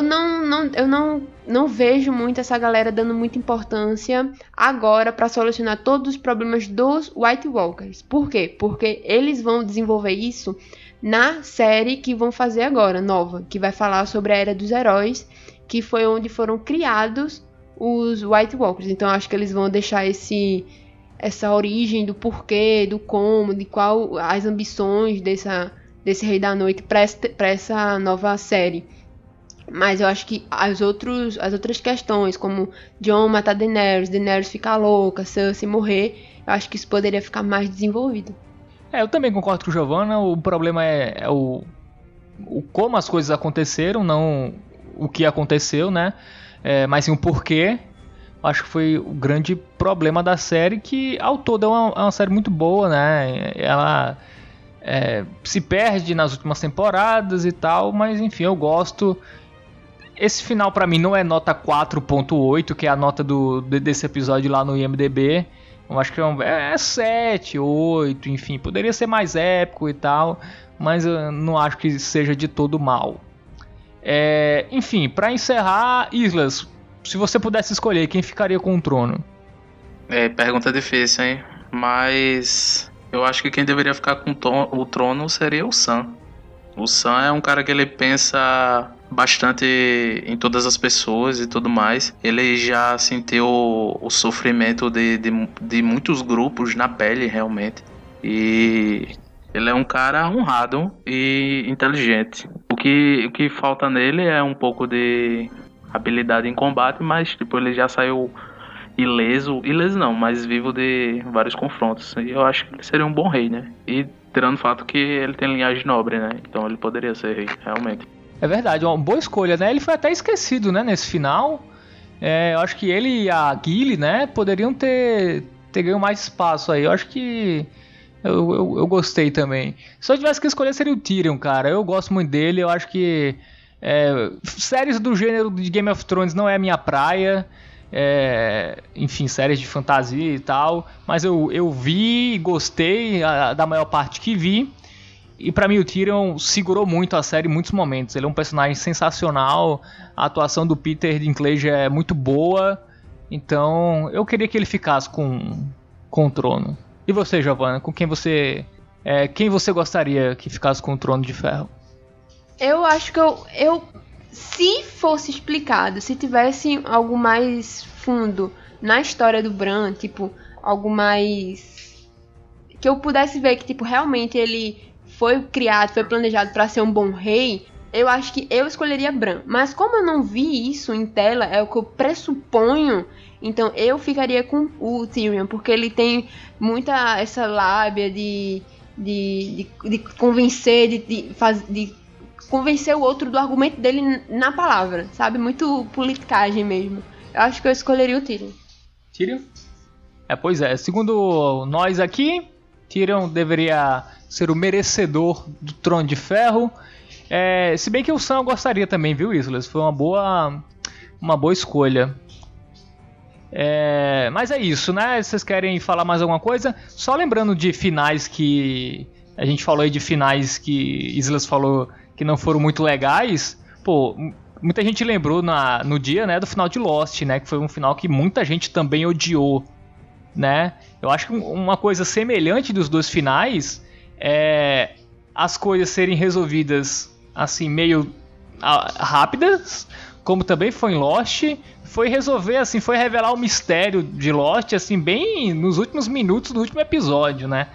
não vejo muito essa galera dando muita importância agora para solucionar todos os problemas dos White Walkers. Por quê? Porque eles vão desenvolver isso na série que vão fazer agora, nova, que vai falar sobre a Era dos Heróis, que foi onde foram criados os White Walkers. Então acho que eles vão deixar essa origem do porquê, do como, de qual as ambições desse Rei da Noite para essa nova série. Mas eu acho que as outras questões, como Jon matar Daenerys ficar louca, Cersei morrer, eu acho que isso poderia ficar mais desenvolvido. Eu também concordo com o Giovanna. O problema é o como as coisas aconteceram, não o que aconteceu, né? Mas sim o porquê. Acho que foi o grande problema da série, que ao todo é uma série muito boa, né? Ela se perde nas últimas temporadas e tal, mas enfim, eu gosto. Esse final pra mim não é nota 4.8, que é a nota desse episódio lá no IMDb. Eu acho que é 7, 8, enfim, poderia ser mais épico e tal, mas eu não acho que seja de todo mal. Enfim, pra encerrar, Islas, se você pudesse escolher, quem ficaria com o trono? Pergunta difícil, hein? Mas eu acho que quem deveria ficar com o trono seria o Sam. O Sam é um cara que ele pensa bastante em todas as pessoas e tudo mais. Ele já sentiu o sofrimento de muitos grupos na pele, realmente. E ele é um cara honrado e inteligente. O que falta nele é um pouco de habilidade em combate, mas tipo, ele já saiu ileso não, mas vivo de vários confrontos. E eu acho que ele seria um bom rei, né? E tirando o fato que ele tem linhagem nobre, né? Então ele poderia ser rei, realmente. É verdade, uma boa escolha, né? Ele foi até esquecido, né, nesse final. Eu acho que ele e a Gilly, né, poderiam ter ganho mais espaço aí. Eu acho que eu gostei também. Se eu tivesse que escolher, seria o Tyrion, cara. Eu gosto muito dele, eu acho que séries do gênero de Game of Thrones não é a minha praia. Enfim, séries de fantasia e tal. Mas eu vi, gostei da maior parte que vi. E pra mim o Tyrion segurou muito a série em muitos momentos. Ele é um personagem sensacional. A atuação do Peter Dinklage é muito boa. Então eu queria que ele ficasse com o trono. E você, Giovanna? Com quem você gostaria que ficasse com o trono de ferro? Eu acho que eu se fosse explicado, se tivesse algo mais fundo na história do Bran, tipo, algo mais que eu pudesse ver que tipo realmente ele foi criado, foi planejado para ser um bom rei, eu acho que eu escolheria Bran. Mas como eu não vi isso em tela, é o que eu pressuponho, então eu ficaria com o Tyrion, porque ele tem muita essa lábia de convencer, de convencer o outro do argumento dele na palavra, sabe? Muito politicagem mesmo. Eu acho que eu escolheria o Tyrion. Tyrion? Pois é. Segundo nós aqui, Tyrion deveria ser o merecedor do Trono de Ferro. Se bem que o Sam eu gostaria também, viu, Islas? Foi uma boa escolha. Mas é isso, né? Vocês querem falar mais alguma coisa? Só lembrando de finais que... A gente falou aí de finais que Islas falou que não foram muito legais. Pô, muita gente lembrou no dia, né, do final de Lost, né? Que foi um final que muita gente também odiou, né? Eu acho que uma coisa semelhante dos dois finais é as coisas serem resolvidas assim, meio rápidas, como também foi em Lost, foi resolver, assim, foi revelar o mistério de Lost, assim, bem nos últimos minutos do último episódio, né?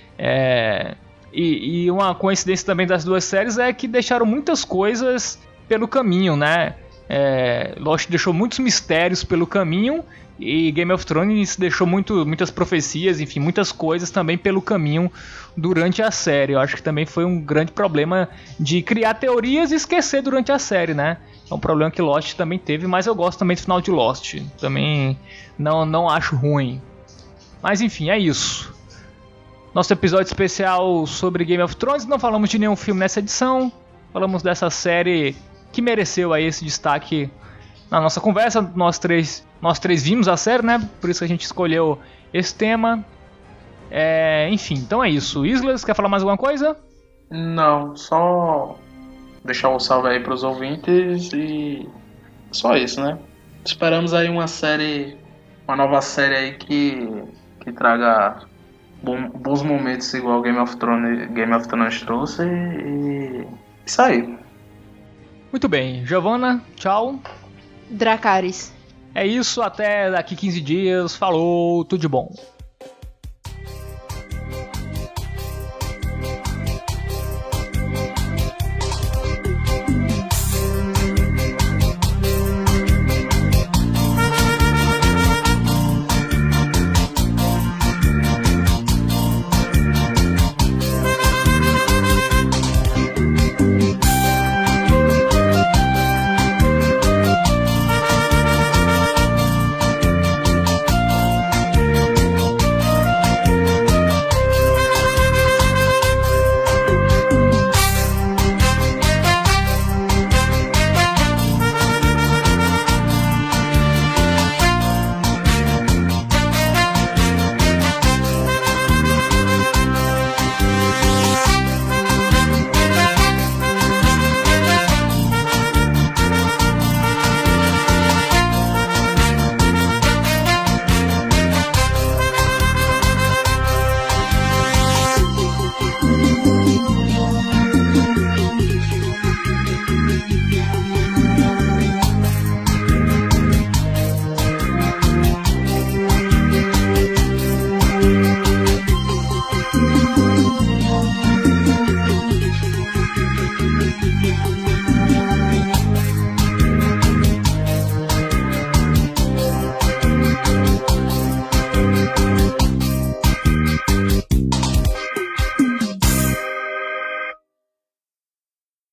E uma coincidência também das duas séries é que deixaram muitas coisas pelo caminho, né? Lost deixou muitos mistérios pelo caminho e Game of Thrones deixou muitas profecias, enfim, muitas coisas também pelo caminho durante a série. Eu acho que também foi um grande problema de criar teorias e esquecer durante a série, né? É um problema que Lost também teve, mas eu gosto também do final de Lost. Também não acho ruim. Mas enfim, é isso. Nosso episódio especial sobre Game of Thrones. Não falamos de nenhum filme nessa edição. Falamos dessa série que mereceu aí esse destaque na nossa conversa. Nós três vimos a série, né? Por isso que a gente escolheu esse tema. Enfim, então é isso. Islas, quer falar mais alguma coisa? Não, só deixar um salve aí pros ouvintes e só isso, né? Esperamos aí uma nova série aí que traga bons momentos igual Game of Thrones trouxe e isso aí. Muito bem, Giovana, tchau. Dracarys. É isso, até daqui 15 dias. Falou, tudo de bom.